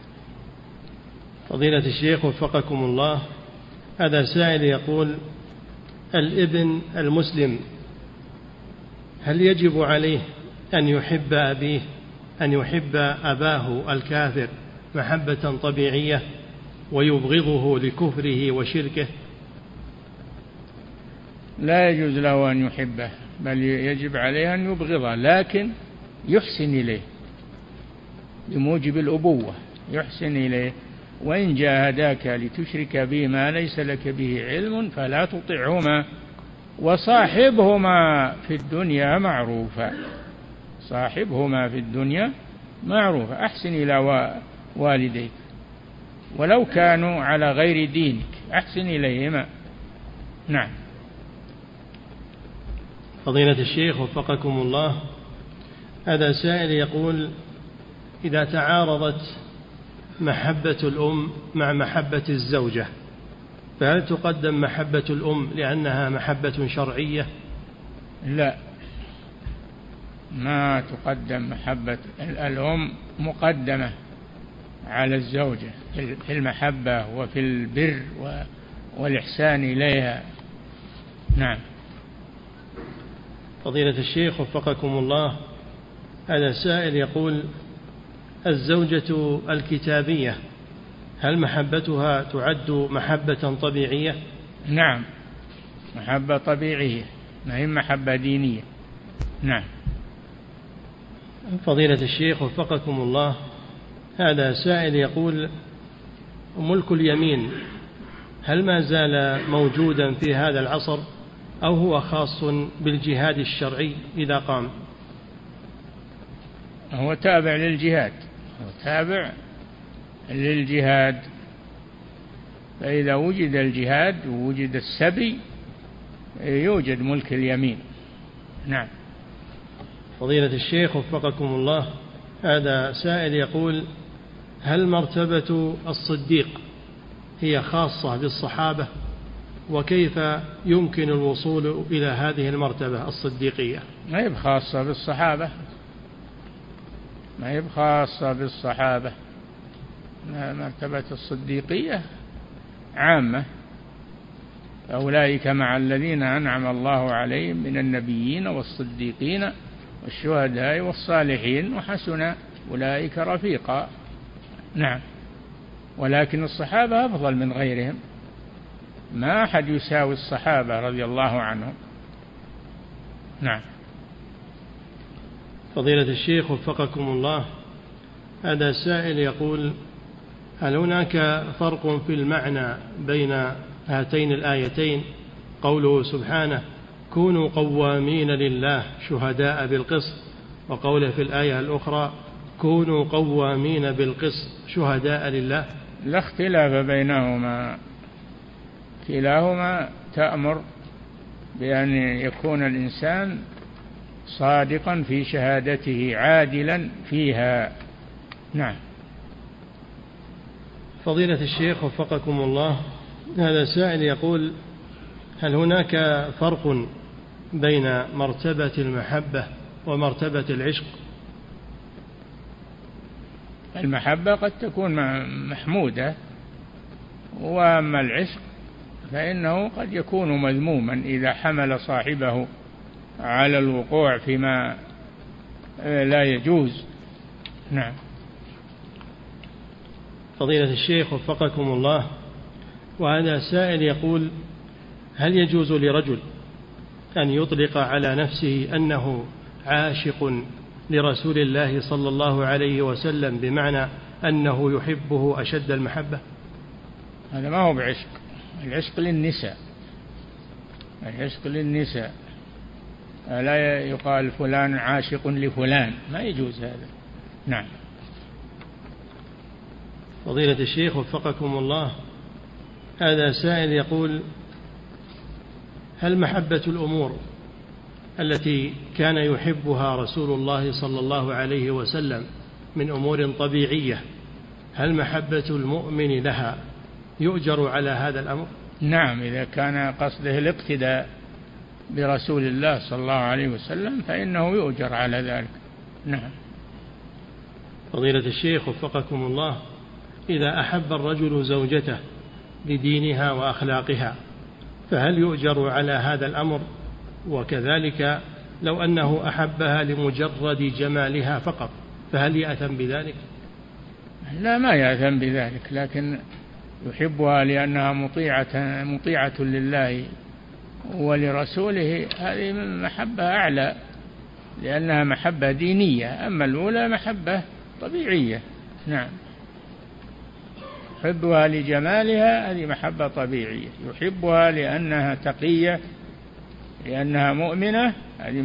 فضيلة الشيخ وفقكم الله، هذا سائل يقول: الابن المسلم هل يجب عليه أن يحب أبيه، أن يحب أباه الكافر محبة طبيعية ويبغضه لكفره وشركه؟ لا يجوز له أن يحبه، بل يجب عليه أن يبغضه، لكن يحسن إليه بموجب الأبوة، يحسن إليه. وإن جاهداك لتشرك به ما ليس لك به علم فلا تطعهما وصاحبهما في الدنيا معروفا. صاحبهما في الدنيا معروفا، أحسن إلى والديك ولو كانوا على غير دينك، أحسن إليهما. نعم. فضيلة الشيخ وفقكم الله، هذا سائل يقول: إذا تعارضت محبة الأم مع محبة الزوجة، فهل تقدم محبة الأم لأنها محبة شرعية؟ لا، ما تقدم. محبة الأم مقدمة على الزوجة في المحبة وفي البر والإحسان إليها. نعم. فضيلة الشيخ وفقكم الله، هذا سائل يقول: الزوجة الكتابية هل محبتها تعد محبة طبيعية؟ نعم، محبة طبيعية، ما هي محبة دينية. نعم. فضيلة الشيخ وفقكم الله، هذا سائل يقول: ملك اليمين هل ما زال موجودا في هذا العصر أو هو خاص بالجهاد الشرعي إذا قام؟ هو تابع للجهاد، هو تابع للجهاد، فإذا وجد الجهاد ووجد السبي يوجد ملك اليمين. نعم. فضيلة الشيخ وفقكم الله، هذا سائل يقول: هل مرتبة الصديق هي خاصة بالصحابة، وكيف يمكن الوصول إلى هذه المرتبة الصديقية؟ ما هي خاصة بالصحابة، ما هي خاصة بالصحابة، مرتبة الصديقية عامة، أولئك مع الذين أنعم الله عليهم من النبيين والصديقين والشهداء والصالحين وحسن أولئك رفيقا. نعم. ولكن الصحابة أفضل من غيرهم، ما أحد يساوي الصحابة رضي الله عنهم. نعم. فضيلة الشيخ وفقكم الله، هذا سائل يقول: هل هناك فرق في المعنى بين هاتين الآيتين، قوله سبحانه: كونوا قوامين لله شهداء بالقسط، وقوله في الآية الأخرى: كونوا قوامين بالقسط شهداء لله؟ لا اختلاف بينهما، كلاهما تأمر بأن يكون الإنسان صادقا في شهادته عادلا فيها. نعم. فضيلة الشيخ وفقكم الله، هذا سائل يقول: هل هناك فرق بين مرتبة المحبة ومرتبة العشق؟ المحبة قد تكون محمودة، وأما العشق فإنه قد يكون مذموما إذا حمل صاحبه على الوقوع فيما لا يجوز. نعم. فضيلة الشيخ وفقكم الله، وهذا سائل يقول: هل يجوز لرجل أن يطلق على نفسه أنه عاشق لرسول الله صلى الله عليه وسلم، بمعنى أنه يحبه أشد المحبة؟ هذا ما هو بعشق، العشق للنساء، العشق للنساء، لا يقال فلان عاشق لفلان، ما يجوز هذا. نعم. فضيلة الشيخ وفقكم الله، هذا سائل يقول: هل محبة الأمور التي كان يحبها رسول الله صلى الله عليه وسلم من أمور طبيعية، هل محبة المؤمن لها يؤجر على هذا الأمر؟ نعم، إذا كان قصده الاقتداء برسول الله صلى الله عليه وسلم فإنه يؤجر على ذلك. نعم. فضيلة الشيخ وفقكم الله، إذا أحب الرجل زوجته لدينها وأخلاقها فهل يؤجر على هذا الأمر؟ وكذلك لو أنه أحبها لمجرد جمالها فقط فهل يأثم بذلك؟ لا، ما يأثم بذلك، لكن يحبها لأنها مطيعة لله ولرسوله، هذه محبة أعلى لأنها محبة دينية، أما الأولى محبة طبيعية. نعم. يحبها لجمالها، هذه محبة طبيعية. يحبها لأنها تقية، لأنها مؤمنة، هذه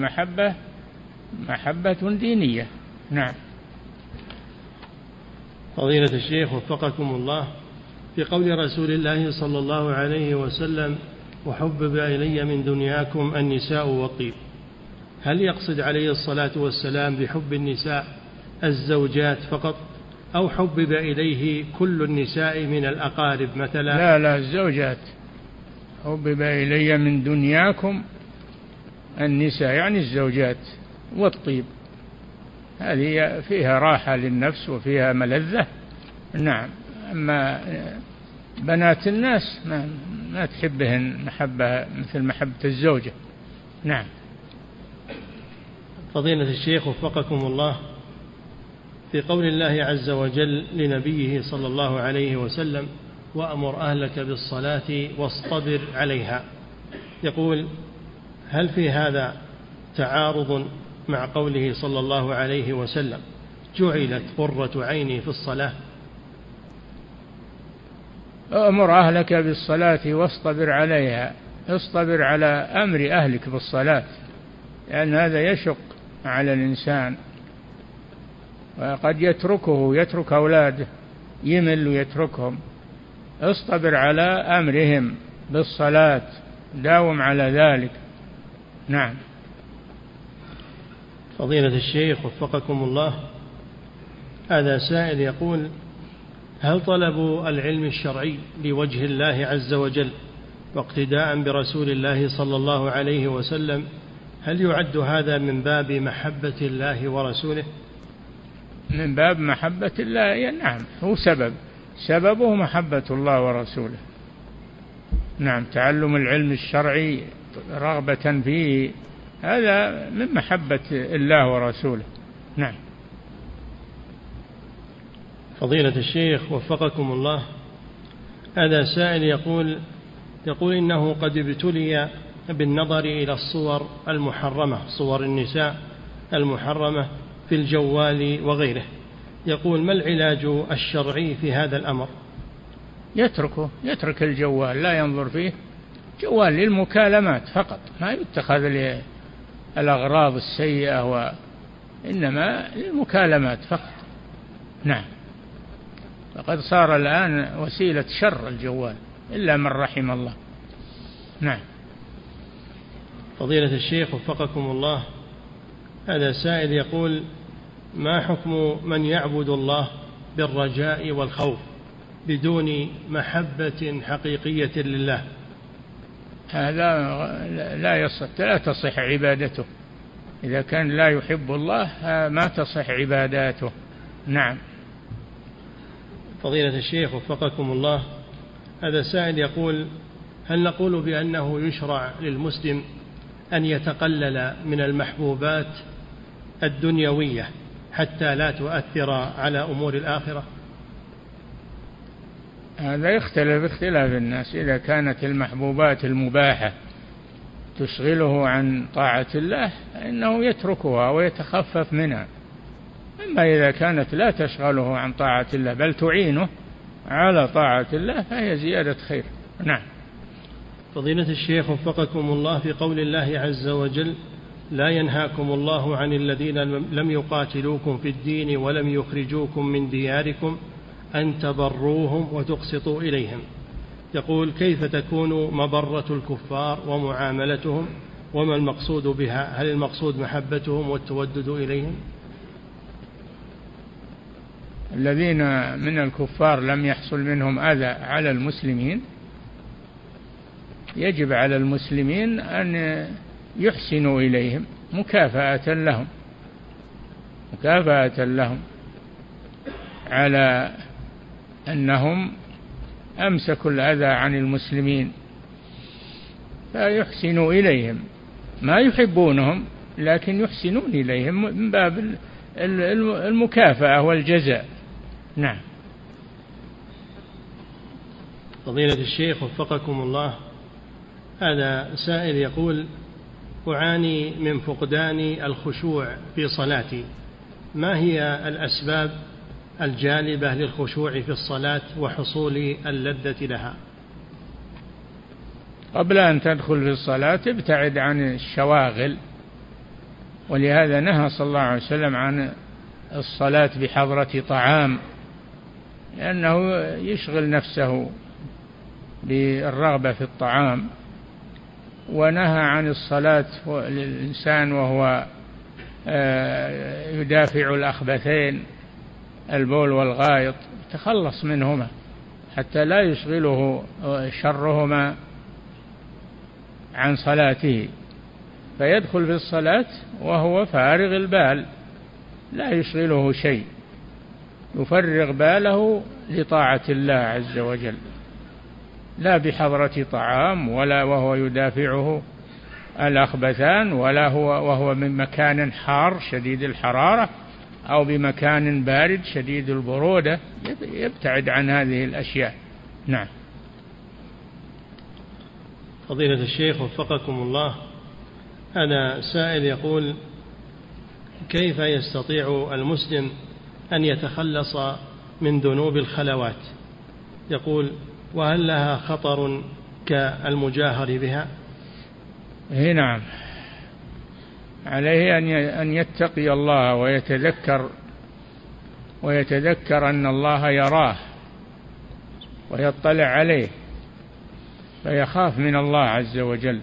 محبة دينية. نعم. فضيلة الشيخ وفقكم الله، في قول رسول الله صلى الله عليه وسلم: وحبب إلي من دنياكم النساء والطيب، هل يقصد عليه الصلاة والسلام بحب النساء الزوجات فقط، أو حبب إليه كل النساء من الأقارب مثلا؟ لا، الزوجات. حبب إلي من دنياكم النساء يعني الزوجات، والطيب هذه فيها راحة للنفس وفيها ملذة. نعم. أما بنات الناس ما تحبهن محبة مثل محبة الزوجة. نعم. فضيلة الشيخ وفقكم الله، في قول الله عز وجل لنبيه صلى الله عليه وسلم: وأمر أهلك بالصلاة واصطبر عليها، يقول: هل في هذا تعارض مع قوله صلى الله عليه وسلم: جعلت قرة عيني في الصلاة؟ أمر أهلك بالصلاة واصطبر عليها، اصطبر على أمر أهلك بالصلاة، لأن هذا يشق على الإنسان وقد يترك أولاده، يمل ويتركهم. اصطبر على أمرهم بالصلاة، داوم على ذلك. نعم. فضيلة الشيخ وفقكم الله، هذا سائل يقول: هل طلب العلم الشرعي لوجه الله عز وجل واقتداء برسول الله صلى الله عليه وسلم هل يعد هذا من باب محبة الله ورسوله؟ من باب محبة الله، نعم، هو سببه محبة الله ورسوله. نعم. تعلم العلم الشرعي رغبة فيه هذا من محبة الله ورسوله. نعم. فضيلة الشيخ وفقكم الله، هذا سائل يقول إنه قد ابتلي بالنظر إلى الصور المحرمة، صور النساء المحرمة في الجوال وغيره، يقول: ما العلاج الشرعي في هذا الأمر؟ يترك الجوال، لا ينظر فيه. جوال للمكالمات فقط، ما يتخذ للأغراض السيئة، وإنما للمكالمات فقط. نعم. فقد صار الآن وسيلة شر الجوال إلا من رحم الله. نعم. فضيلة الشيخ وفقكم الله، هذا سائل يقول: ما حكم من يعبد الله بالرجاء والخوف بدون محبة حقيقية لله؟ هذا لا تصح عبادته، إذا كان لا يحب الله ما تصح عباداته. نعم. فضيلة الشيخ وفقكم الله، هذا سائل يقول: هل نقول بأنه يشرع للمسلم أن يتقلل من المحبوبات الدنيوية حتى لا تؤثر على أمور الآخرة؟ هذا يختلف اختلاف الناس. إذا كانت المحبوبات المباحة تشغله عن طاعة الله فإنه يتركها ويتخفف منها، أما إذا كانت لا تشغله عن طاعة الله بل تعينه على طاعة الله فهي زيادة خير. نعم. فضيلة الشيخ وفقكم الله، في قول الله عز وجل: لا ينهاكم الله عن الذين لم يقاتلوكم في الدين ولم يخرجوكم من دياركم أن تبروهم وتقسطوا إليهم، يقول: كيف تكون مبرة الكفار ومعاملتهم، وما المقصود بها؟ هل المقصود محبتهم والتودد إليهم؟ الذين من الكفار لم يحصل منهم أذى على المسلمين، يجب على المسلمين أن يحسنوا إليهم مكافأة لهم على أنهم أمسكوا الأذى عن المسلمين، فيحسنوا إليهم، ما يحبونهم لكن يحسنون إليهم من باب المكافأة والجزاء. نعم. فضيلة الشيخ وفقكم الله، هذا سائل يقول: أعاني من فقدان الخشوع في صلاتي، ما هي الأسباب الجالبة للخشوع في الصلاة وحصول اللذة لها؟ قبل أن تدخل في الصلاة ابتعد عن الشواغل، ولهذا نهى صلى الله عليه وسلم عن الصلاة بحضرة طعام، لأنه يشغل نفسه بالرغبة في الطعام، ونهى عن الصلاة للإنسان وهو يدافع الأخبثين البول والغائط، تخلص منهما حتى لا يشغله شرهما عن صلاته، فيدخل في الصلاة وهو فارغ البال لا يشغله شيء، يفرغ باله لطاعة الله عز وجل، لا بحضرة طعام ولا وهو يدافعه الأخبثان، ولا وهو من مكان حار شديد الحرارة أو بمكان بارد شديد البرودة، يبتعد عن هذه الأشياء. نعم. فضيلة الشيخ وفقكم الله، هذا سائل يقول: كيف يستطيع المسلم أن يتخلص من ذنوب الخلوات؟ يقول: وهل لها خطر كالمجاهر بها؟ نعم، عليه أن يتقي الله ويتذكر أن الله يراه ويطلع عليه، فيخاف من الله عز وجل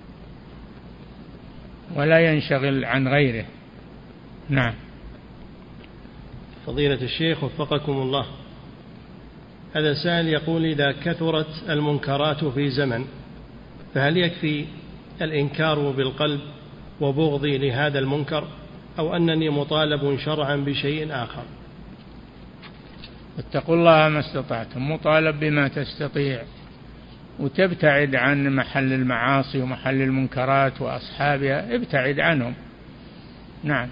ولا ينشغل عن غيره. نعم. فضيلة الشيخ وفقكم الله، هذا سائل يقول: إذا كثرت المنكرات في زمن، فهل يكفي الإنكار بالقلب وبغضي لهذا المنكر، أو أنني مطالب شرعا بشيء آخر؟ اتقوا الله ما استطعتم، مطالب بما تستطيع، وتبتعد عن محل المعاصي ومحل المنكرات وأصحابها، ابتعد عنهم. نعم.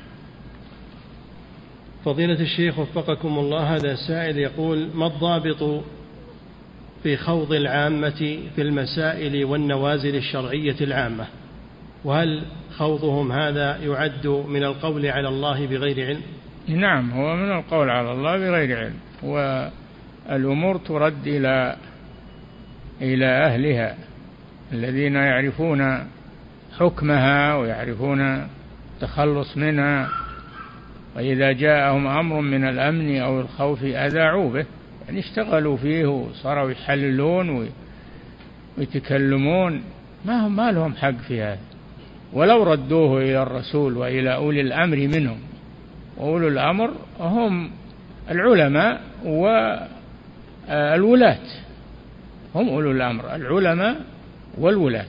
فضيلة الشيخ وفقكم الله، هذا سائل يقول: ما الضابط في خوض العامة في المسائل والنوازل الشرعية العامة؟ وهل خوضهم هذا يعد من القول على الله بغير علم؟ نعم، هو من القول على الله بغير علم، والأمور ترد إلى أهلها الذين يعرفون حكمها ويعرفون التخلص منها، وإذا جاءهم أمر من الأمن أو الخوف أذاعوا به، يعني اشتغلوا فيه وصاروا يحللون ويتكلمون، ما لهم حق في هذا، ولو ردوه إلى الرسول وإلى أولي الأمر منهم، وأولو الأمر هم العلماء والولاة، هم أولو الأمر العلماء والولاة،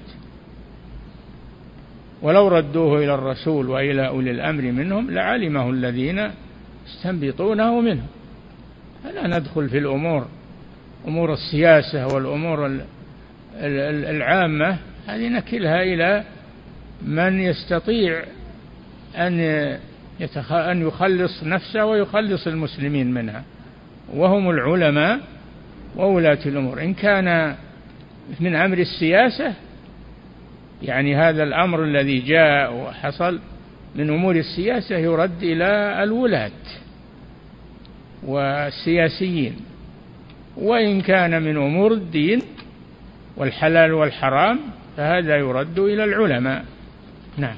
ولو ردوه إلى الرسول وإلى أولي الأمر منهم لعلمه الذين يستنبطونه منهم. فلا ندخل في أمور السياسة والأمور العامة، هذه نكلها إلى من يستطيع أن يخلص نفسه ويخلص المسلمين منها، وهم العلماء وولاة الأمور. إن كان من أمر السياسة، يعني هذا الأمر الذي جاء وحصل من أمور السياسة يرد إلى الولاة والسياسيين، وإن كان من أمور الدين والحلال والحرام فهذا يرد إلى العلماء. نعم.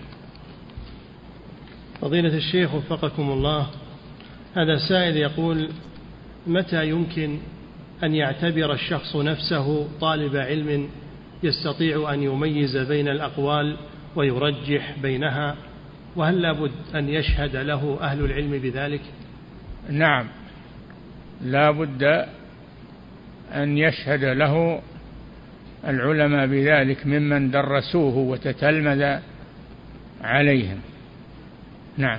فضيلة الشيخ وفقكم الله، هذا سائل يقول: متى يمكن أن يعتبر الشخص نفسه طالب علم يستطيع أن يميز بين الأقوال ويرجح بينها، وهل لابد أن يشهد له أهل العلم بذلك؟ نعم، لا بد أن يشهد له العلماء بذلك ممن درسوه وتتلمذ عليهم. نعم.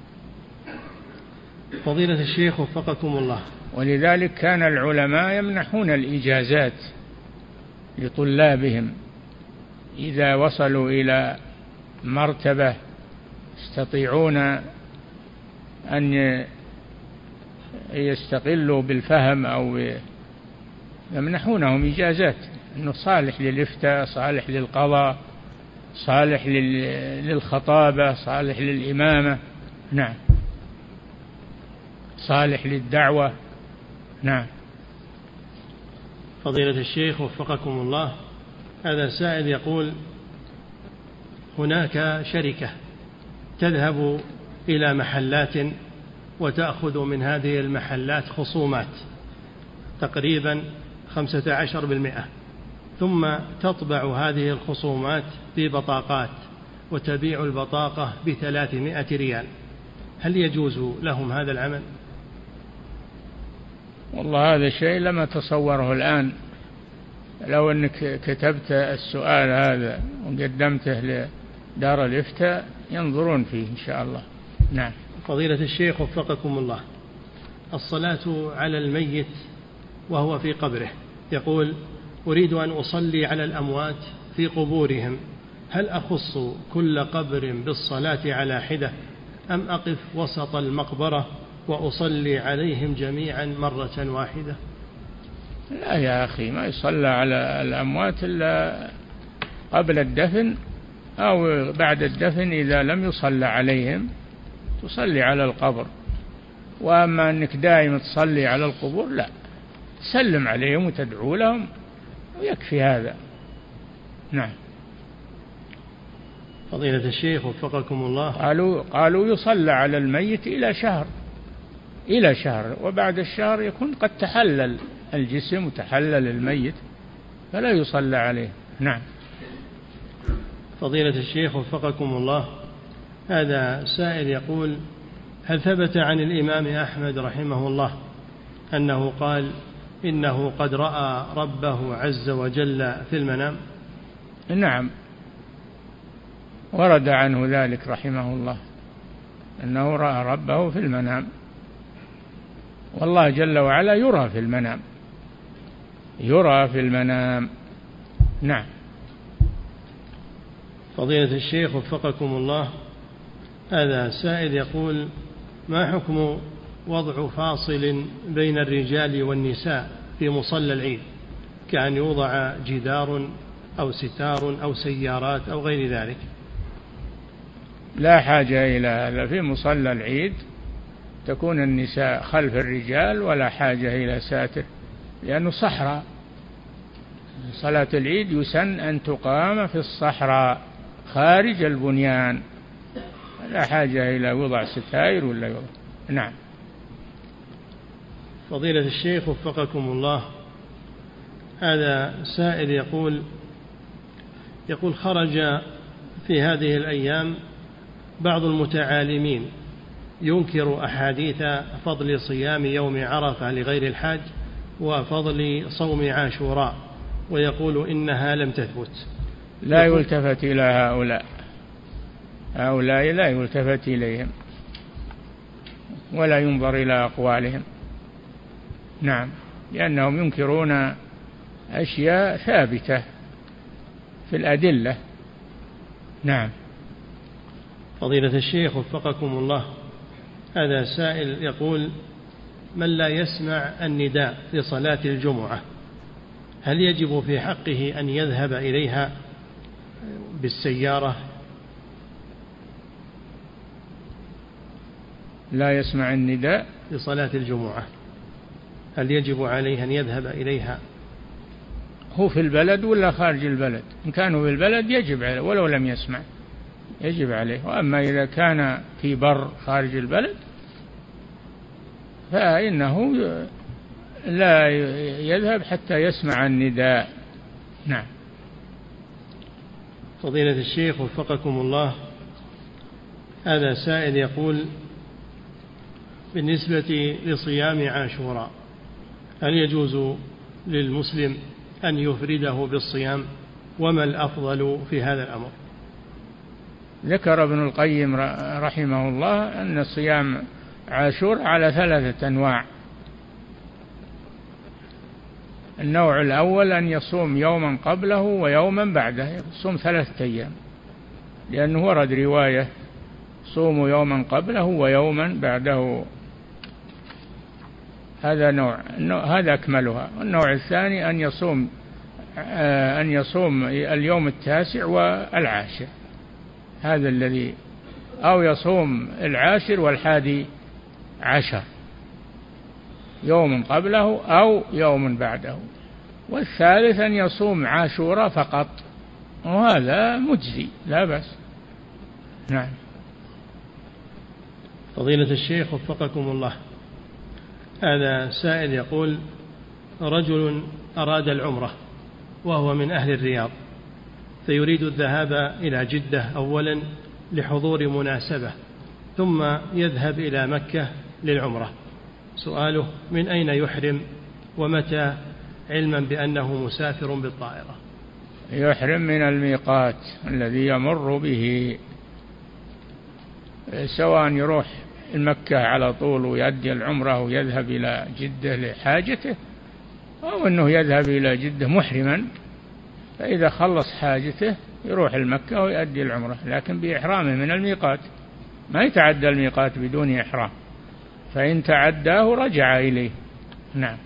فضيلة الشيخ وفقكم الله، ولذلك كان العلماء يمنحون الإجازات لطلابهم إذا وصلوا إلى مرتبة يستطيعون أن يستقلوا بالفهم أو يمنحونهم إجازات أنه صالح للإفتاء، صالح للقضاء، صالح للخطابة، صالح للإمامة. نعم. صالح للدعوة. نعم. فضيلة الشيخ وفقكم الله، هذا سائل يقول: هناك شركة تذهب إلى محلات وتأخذ من هذه المحلات خصومات تقريبا 15%، ثم تطبع هذه الخصومات في بطاقات وتبيع البطاقة ب300 ريال، هل يجوز لهم هذا العمل؟ والله هذا شيء لم أتصوره الآن، لو أنك كتبت السؤال هذا وقدمته لدار الإفتاء ينظرون فيه إن شاء الله. نعم. فضيلة الشيخ وفقكم الله، الصلاة على الميت وهو في قبره، يقول: أريد أن أصلي على الأموات في قبورهم، هل أخص كل قبر بالصلاة على حدة أم أقف وسط المقبرة وأصلي عليهم جميعا مرة واحدة؟ لا يا أخي، ما يصلى على الأموات إلا قبل الدفن أو بعد الدفن، إذا لم يصلى عليهم تصلي على القبر. وأما أنك دائما تصلي على القبور لا، تسلم عليهم وتدعو لهم ويكفي هذا. نعم. فضيلة الشيخ وفقكم الله، قالوا يصلى على الميت إلى شهر، وبعد الشهر يكون قد تحلل الجسم وتحلل الميت فلا يصلى عليه. نعم. فضيلة الشيخ وفقكم الله، هذا سائل يقول: هل ثبت عن الإمام أحمد رحمه الله أنه قال إنه قد رأى ربه عز وجل في المنام؟ نعم، ورد عنه ذلك رحمه الله أنه رأى ربه في المنام، والله جل وعلا يرى في المنام، يرى في المنام. نعم. فضيلة الشيخ وفقكم الله، هذا سائل يقول: ما حكم وضع فاصل بين الرجال والنساء في مصلى العيد، كأن يوضع جدار أو ستار أو سيارات أو غير ذلك؟ لا حاجة إلى هذا، في مصلى العيد تكون النساء خلف الرجال ولا حاجة إلى ساتر، لأنه صحراء. صلاة العيد يسن أن تقام في الصحراء خارج البنيان، لا حاجة إلى وضع ستائر ولا وضع. نعم. فضيلة الشيخ وفقكم الله، هذا سائل يقول: خرج في هذه الأيام بعض المتعالمين ينكر أحاديث فضل صيام يوم عرفة لغير الحاج وفضل صوم عاشوراء، ويقول إنها لم تثبت. لا يلتفت إلى هؤلاء لا يلتفت إليهم ولا ينظر إلى أقوالهم. نعم، لأنهم ينكرون أشياء ثابتة في الأدلة. نعم. فضيلة الشيخ وفقكم الله، هذا سائل يقول: من لا يسمع النداء لصلاة الجمعة هل يجب في حقه أن يذهب إليها بالسيارة؟ لا يسمع النداء لصلاة الجمعة هل يجب عليه أن يذهب إليها؟ هو في البلد ولا خارج البلد. إن كانوا في البلد يجب عليه ولو لم يسمع، يجب عليه. وأما إذا كان في بر خارج البلد فإنه لا يذهب حتى يسمع النداء. نعم. فضيلة الشيخ وفقكم الله، هذا سائل يقول: بالنسبة لصيام عاشوراء هل يجوز للمسلم أن يفرده بالصيام؟ وما الأفضل في هذا الأمر؟ ذكر ابن القيم رحمه الله أن صيام عاشور على 3 أنواع. النوع الأول أن يصوم يوما قبله ويوما بعده، يصوم 3 أيام، لأنه ورد رواية: صوموا يوما قبله ويوما بعده. هذا نوع، هذا أكملها. النوع الثاني أن يصوم اليوم 9 والعاشر، هذا الذي، أو يصوم 10 و11، يوم قبله أو يوم بعده. والثالث أن يصوم عاشوراء فقط، وهذا مجزي لا بأس. نعم. فضيلة الشيخ وفقكم الله، هذا سائل يقول: رجل أراد العمرة وهو من أهل الرياض، فيريد الذهاب إلى جدة أولا لحضور مناسبة، ثم يذهب إلى مكة للعمرة. سؤاله: من أين يحرم ومتى، علما بأنه مسافر بالطائرة؟ يحرم من الميقات الذي يمر به، سواء يروح مكة على طول ويؤدي العمرة ويذهب إلى جدة لحاجته، أو أنه يذهب إلى جدة محرما، فإذا خلص حاجته يروح المكة ويؤدي العمرة، لكن بإحرامه من الميقات، ما يتعدى الميقات بدون إحرام، فإن تعداه رجع إليه. نعم.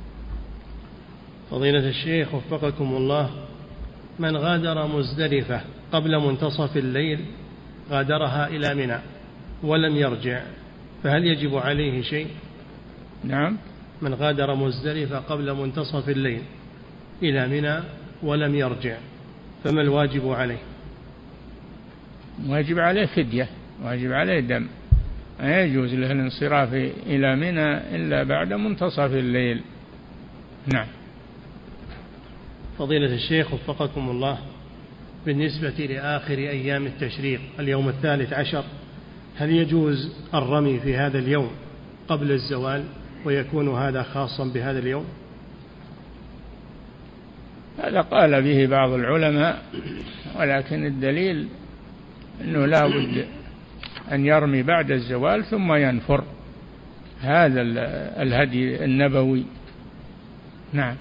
فضيلة الشيخ وفقكم الله، من غادر مزدلفة قبل منتصف الليل غادرها إلى منى ولم يرجع، فهل يجب عليه شيء؟ نعم. من غادر مزدلفة قبل منتصف الليل إلى منى ولم يرجع، فما الواجب عليه؟ واجب عليه فدية، واجب عليه دم، لا يجوز له الانصراف إلى منى إلا بعد منتصف الليل. نعم. فضيلة الشيخ وفقكم الله، بالنسبة لآخر أيام التشريق اليوم 13، هل يجوز الرمي في هذا اليوم قبل الزوال ويكون هذا خاصا بهذا اليوم؟ هذا قال به بعض العلماء، ولكن الدليل أنه لا بد أن يرمي بعد الزوال ثم ينفر، هذا الهدي النبوي. نعم.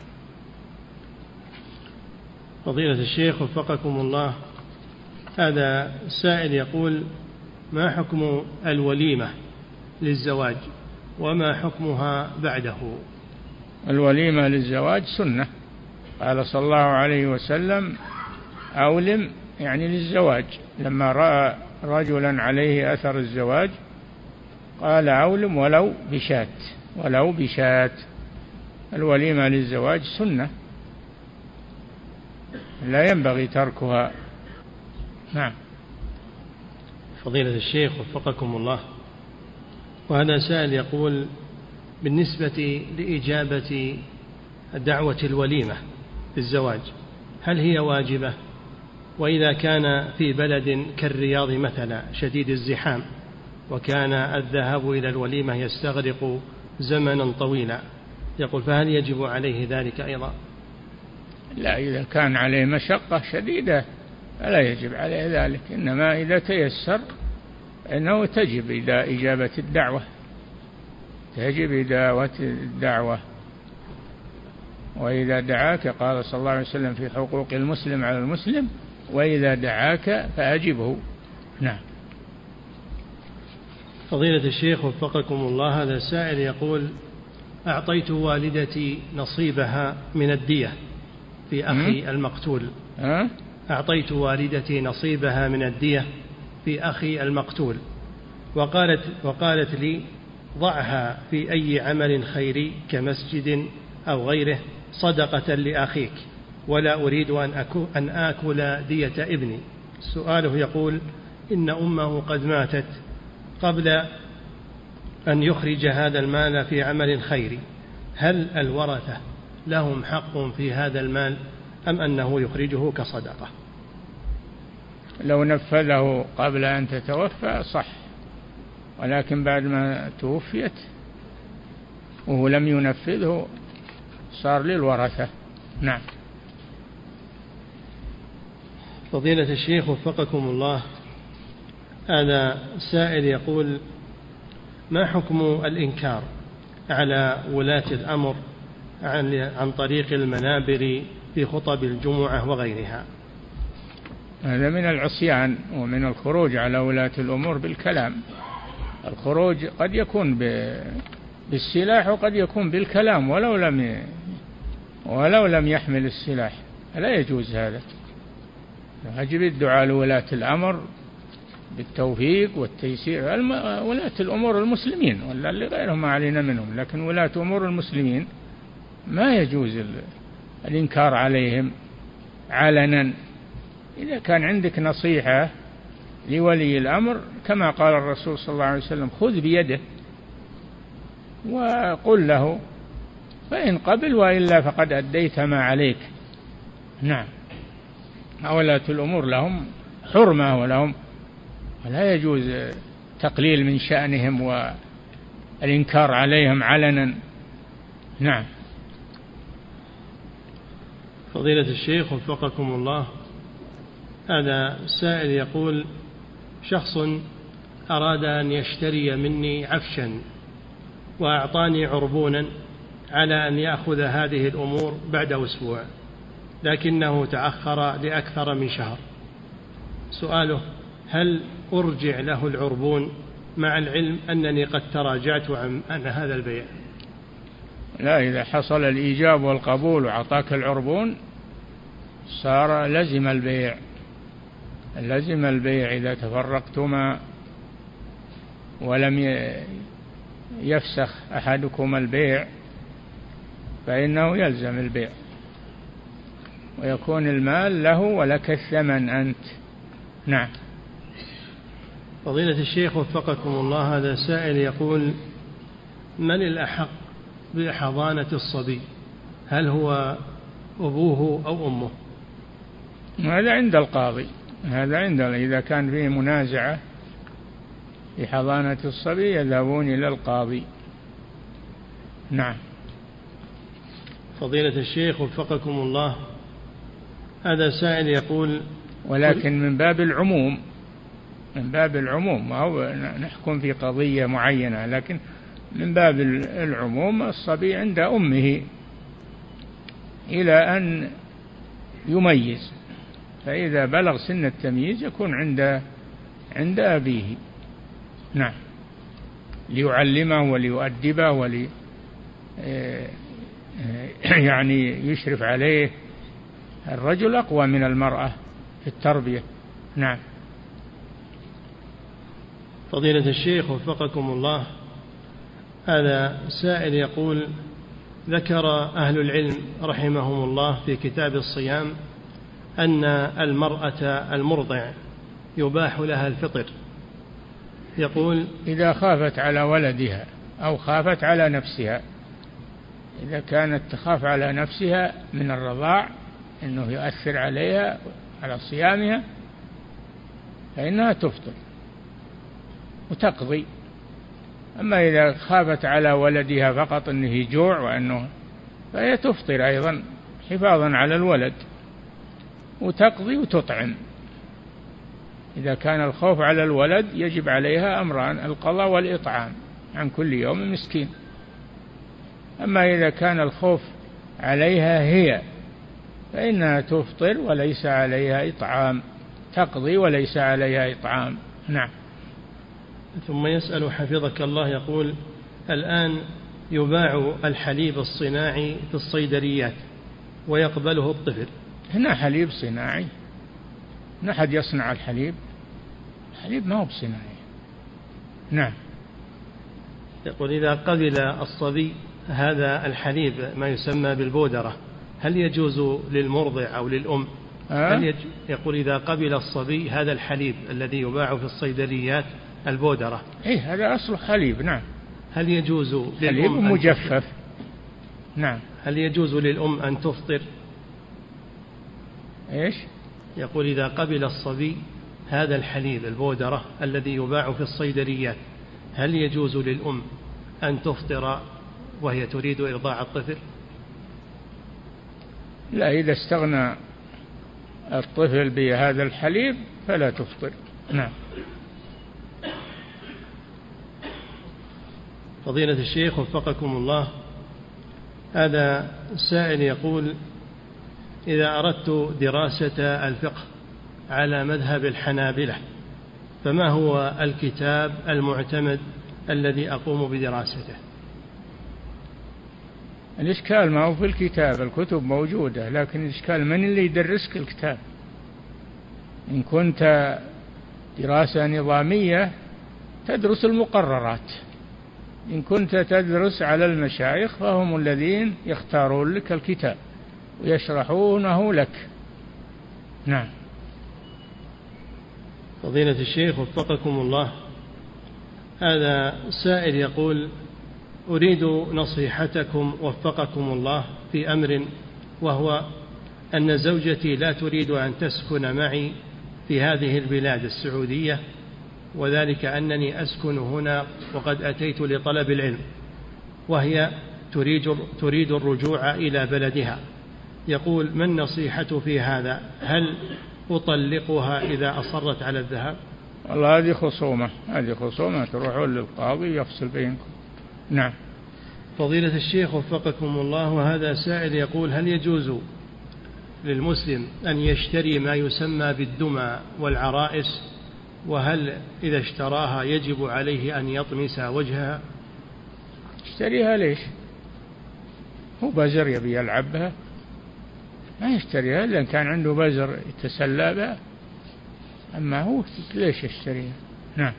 فضيلة الشيخ وفقكم الله، هذا سائل يقول: ما حكم الوليمة للزواج وما حكمها بعده؟ الوليمة للزواج سنة، قال صلى الله عليه وسلم: أولم، يعني للزواج. لما رأى رجلا عليه أثر الزواج قال: أولم ولو بشاة، ولو بشاة. الوليمة للزواج سنة لا ينبغي تركها. نعم. فضيلة الشيخ وفقكم الله، وهذا سائل يقول: بالنسبة لإجابة دعوة الوليمة للزواج هل هي واجبة؟ وإذا كان في بلد كالرياض مثلا شديد الزحام وكان الذهاب إلى الوليمة يستغرق زمنا طويلا، يقول فهل يجب عليه ذلك أيضا؟ لا، إذا كان عليه مشقة شديدة فلا يجب عليه ذلك، إنما إذا تيسر إنه تجب إذا إجابة الدعوة، تجب إجابة الدعوة. وإذا دعاك، قال صلى الله عليه وسلم في حقوق المسلم على المسلم: وإذا دعاك فأجبه. نعم. فضيلة الشيخ وفقكم الله، هذا السائل يقول: أعطيت والدتي نصيبها من الدية في أخي المقتول. أعطيت والدتي نصيبها من الدية في أخي المقتول، وقالت لي: ضعها في أي عمل خيري كمسجد أو غيره صدقة لأخيك، ولا أريد أن آكل دية ابني. سؤاله يقول: إن أمه قد ماتت قبل أن يخرج هذا المال في عمل خيري، هل الورثة لهم حق في هذا المال أم أنه يخرجه كصدقة؟ لو نفذه قبل أن تتوفى صح، ولكن بعد ما توفيت وهو لم ينفذه صار للورثة. نعم. فضيلة الشيخ وفقكم الله، هذا سائل يقول: ما حكم الإنكار على ولاة الأمر عن طريق المنابر في خطب الجمعة وغيرها؟ هذا من العصيان ومن الخروج على ولاة الأمور بالكلام. الخروج قد يكون بالسلاح وقد يكون بالكلام ولو لم يحمل السلاح، لا يجوز هذا. يجب الدعاء لولاة الأمر بالتوفيق والتيسير. ولاة الأمور المسلمين ولا اللي غيرهم ما علينا منهم، لكن ولاة أمور المسلمين ما يجوز الإنكار عليهم علنا. إذا كان عندك نصيحة لولي الأمر كما قال الرسول صلى الله عليه وسلم: خذ بيده وقل له، فإن قبل وإلا فقد أديت ما عليك. نعم. ولاة الأمور لهم حرمة ولا يجوز تقليل من شأنهم والإنكار عليهم علنا. نعم. فضيلة الشيخ وفقكم الله، هذا سائل يقول: شخص أراد أن يشتري مني عفشا وأعطاني عربونا على أن يأخذ هذه الأمور بعد أسبوع، لكنه تأخر لأكثر من شهر. سؤاله: هل أرجع له العربون مع العلم أنني قد تراجعت عن هذا البيع؟ لا، إذا حصل الإيجاب والقبول وعطاك العربون صار لزم البيع إذا تفرقتما ولم يفسخ أحدكما البيع فإنه يلزم البيع ويكون المال له ولك الثمن أنت. نعم. فضيلة الشيخ وفقكم الله، هذا سائل يقول: من الأحق بحضانة الصبي؟ هل هو أبوه أو أمه؟ هذا عند القاضي، إذا كان فيه منازعة في حضانة الصبي يذهبون إلى القاضي. نعم. فضيلة الشيخ وفقكم الله، هذا سائل يقول: ولكن من باب العموم ما هو نحكم في قضية معينة، لكن من باب العموم الصبي عند أمه إلى أن يميز، فإذا بلغ سن التمييز يكون عند أبيه. نعم. ليعلمه وليؤدبه يعني يشرف عليه. الرجل أقوى من المرأة في التربية. نعم. فضيلة الشيخ وفقكم الله، هذا سائل يقول: ذكر أهل العلم رحمهم الله في كتاب الصيام أن المرأة المرضع يباح لها الفطر. يقول: إذا خافت على ولدها أو خافت على نفسها، إذا كانت تخاف على نفسها من الرضاع أنه يؤثر عليها على صيامها فإنها تفطر وتقضي. أما إذا خافت على ولدها فقط أنه يجوع فهي تفطر أيضا حفاظا على الولد وتقضي وتطعم. إذا كان الخوف على الولد يجب عليها أمران: القضاء والإطعام عن كل يوم مسكين. أما إذا كان الخوف عليها هي فإنها تفطر وليس عليها إطعام، تقضي وليس عليها إطعام. نعم. ثم يسأل حفظك الله، يقول: الآن يباع الحليب الصناعي في الصيدليات ويقبله الطفل. هنا حليب صناعي، لا أحد يصنع الحليب ما هو بصناعي. نعم. يقول: إذا قبل الصبي هذا الحليب ما يسمى بالبودرة، هل يجوز للمرضع أو للأم يقول إذا قبل الصبي هذا الحليب الذي يباع في الصيدليات البودرة، هذا أصل حليب، نعم، هل يجوز حليب مجفف، نعم، هل يجوز للأم أن تفطر؟ يقول إذا قبل الصبي هذا الحليب البودرة الذي يباع في الصيدليات هل يجوز للأم أن تفطر وهي تريد إرضاع الطفل؟ لا، إذا استغنى الطفل بهذا الحليب فلا تفطر، نعم. فضيلة الشيخ وفقكم الله، هذا سائل يقول إذا أردت دراسة الفقه على مذهب الحنابلة فما هو الكتاب المعتمد الذي أقوم بدراسته؟ الإشكال ما هو في الكتاب، الكتب موجودة، لكن الإشكال من اللي يدرسك الكتاب. إن كنت دراسة نظامية تدرس المقررات، إن كنت تدرس على المشايخ فهم الذين يختارون لك الكتاب ويشرحونه لك، نعم. فضيلة الشيخ وفقكم الله، هذا سائل يقول أريد نصيحتكم وفقكم الله في أمر، وهو أن زوجتي لا تريد أن تسكن معي في هذه البلاد السعودية، وذلك أنني أسكن هنا وقد أتيت لطلب العلم، وهي تريد الرجوع إلى بلدها. يقول ما النصيحة في هذا؟ هل أطلقها إذا أصرت على الذهاب؟ والله هذه خصومة تروحون للقاضي يفصل بينكم، نعم. فضيلة الشيخ وفقكم الله، هذا سائل يقول هل يجوز للمسلم أن يشتري ما يسمى بالدمى والعرائس، وهل إذا اشتراها يجب عليه أن يطمس وجهها؟ يشتريها ليش؟ هو بزر يبي يلعب بها، ما يشتريها إلا إن كان عنده بزر يتسلى بها، أما هو ليش يشتريها؟ نعم.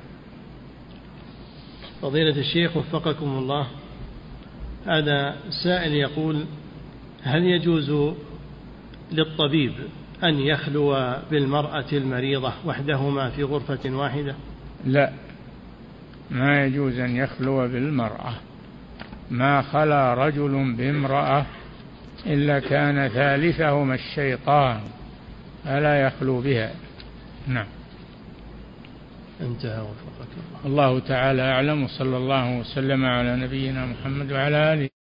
فضيلة الشيخ وفقكم الله، هذا سائل يقول هل يجوز للطبيب أن يخلو بالمرأة المريضة وحدهما في غرفة واحدة؟ لا، ما يجوز أن يخلو بالمرأة، ما خلا رجل بامرأة إلا كان ثالثهما الشيطان فلا يخلو بها، نعم. انتهى وفقك الله. الله تعالى أعلم، وصلى الله وسلم على نبينا محمد وعلى آله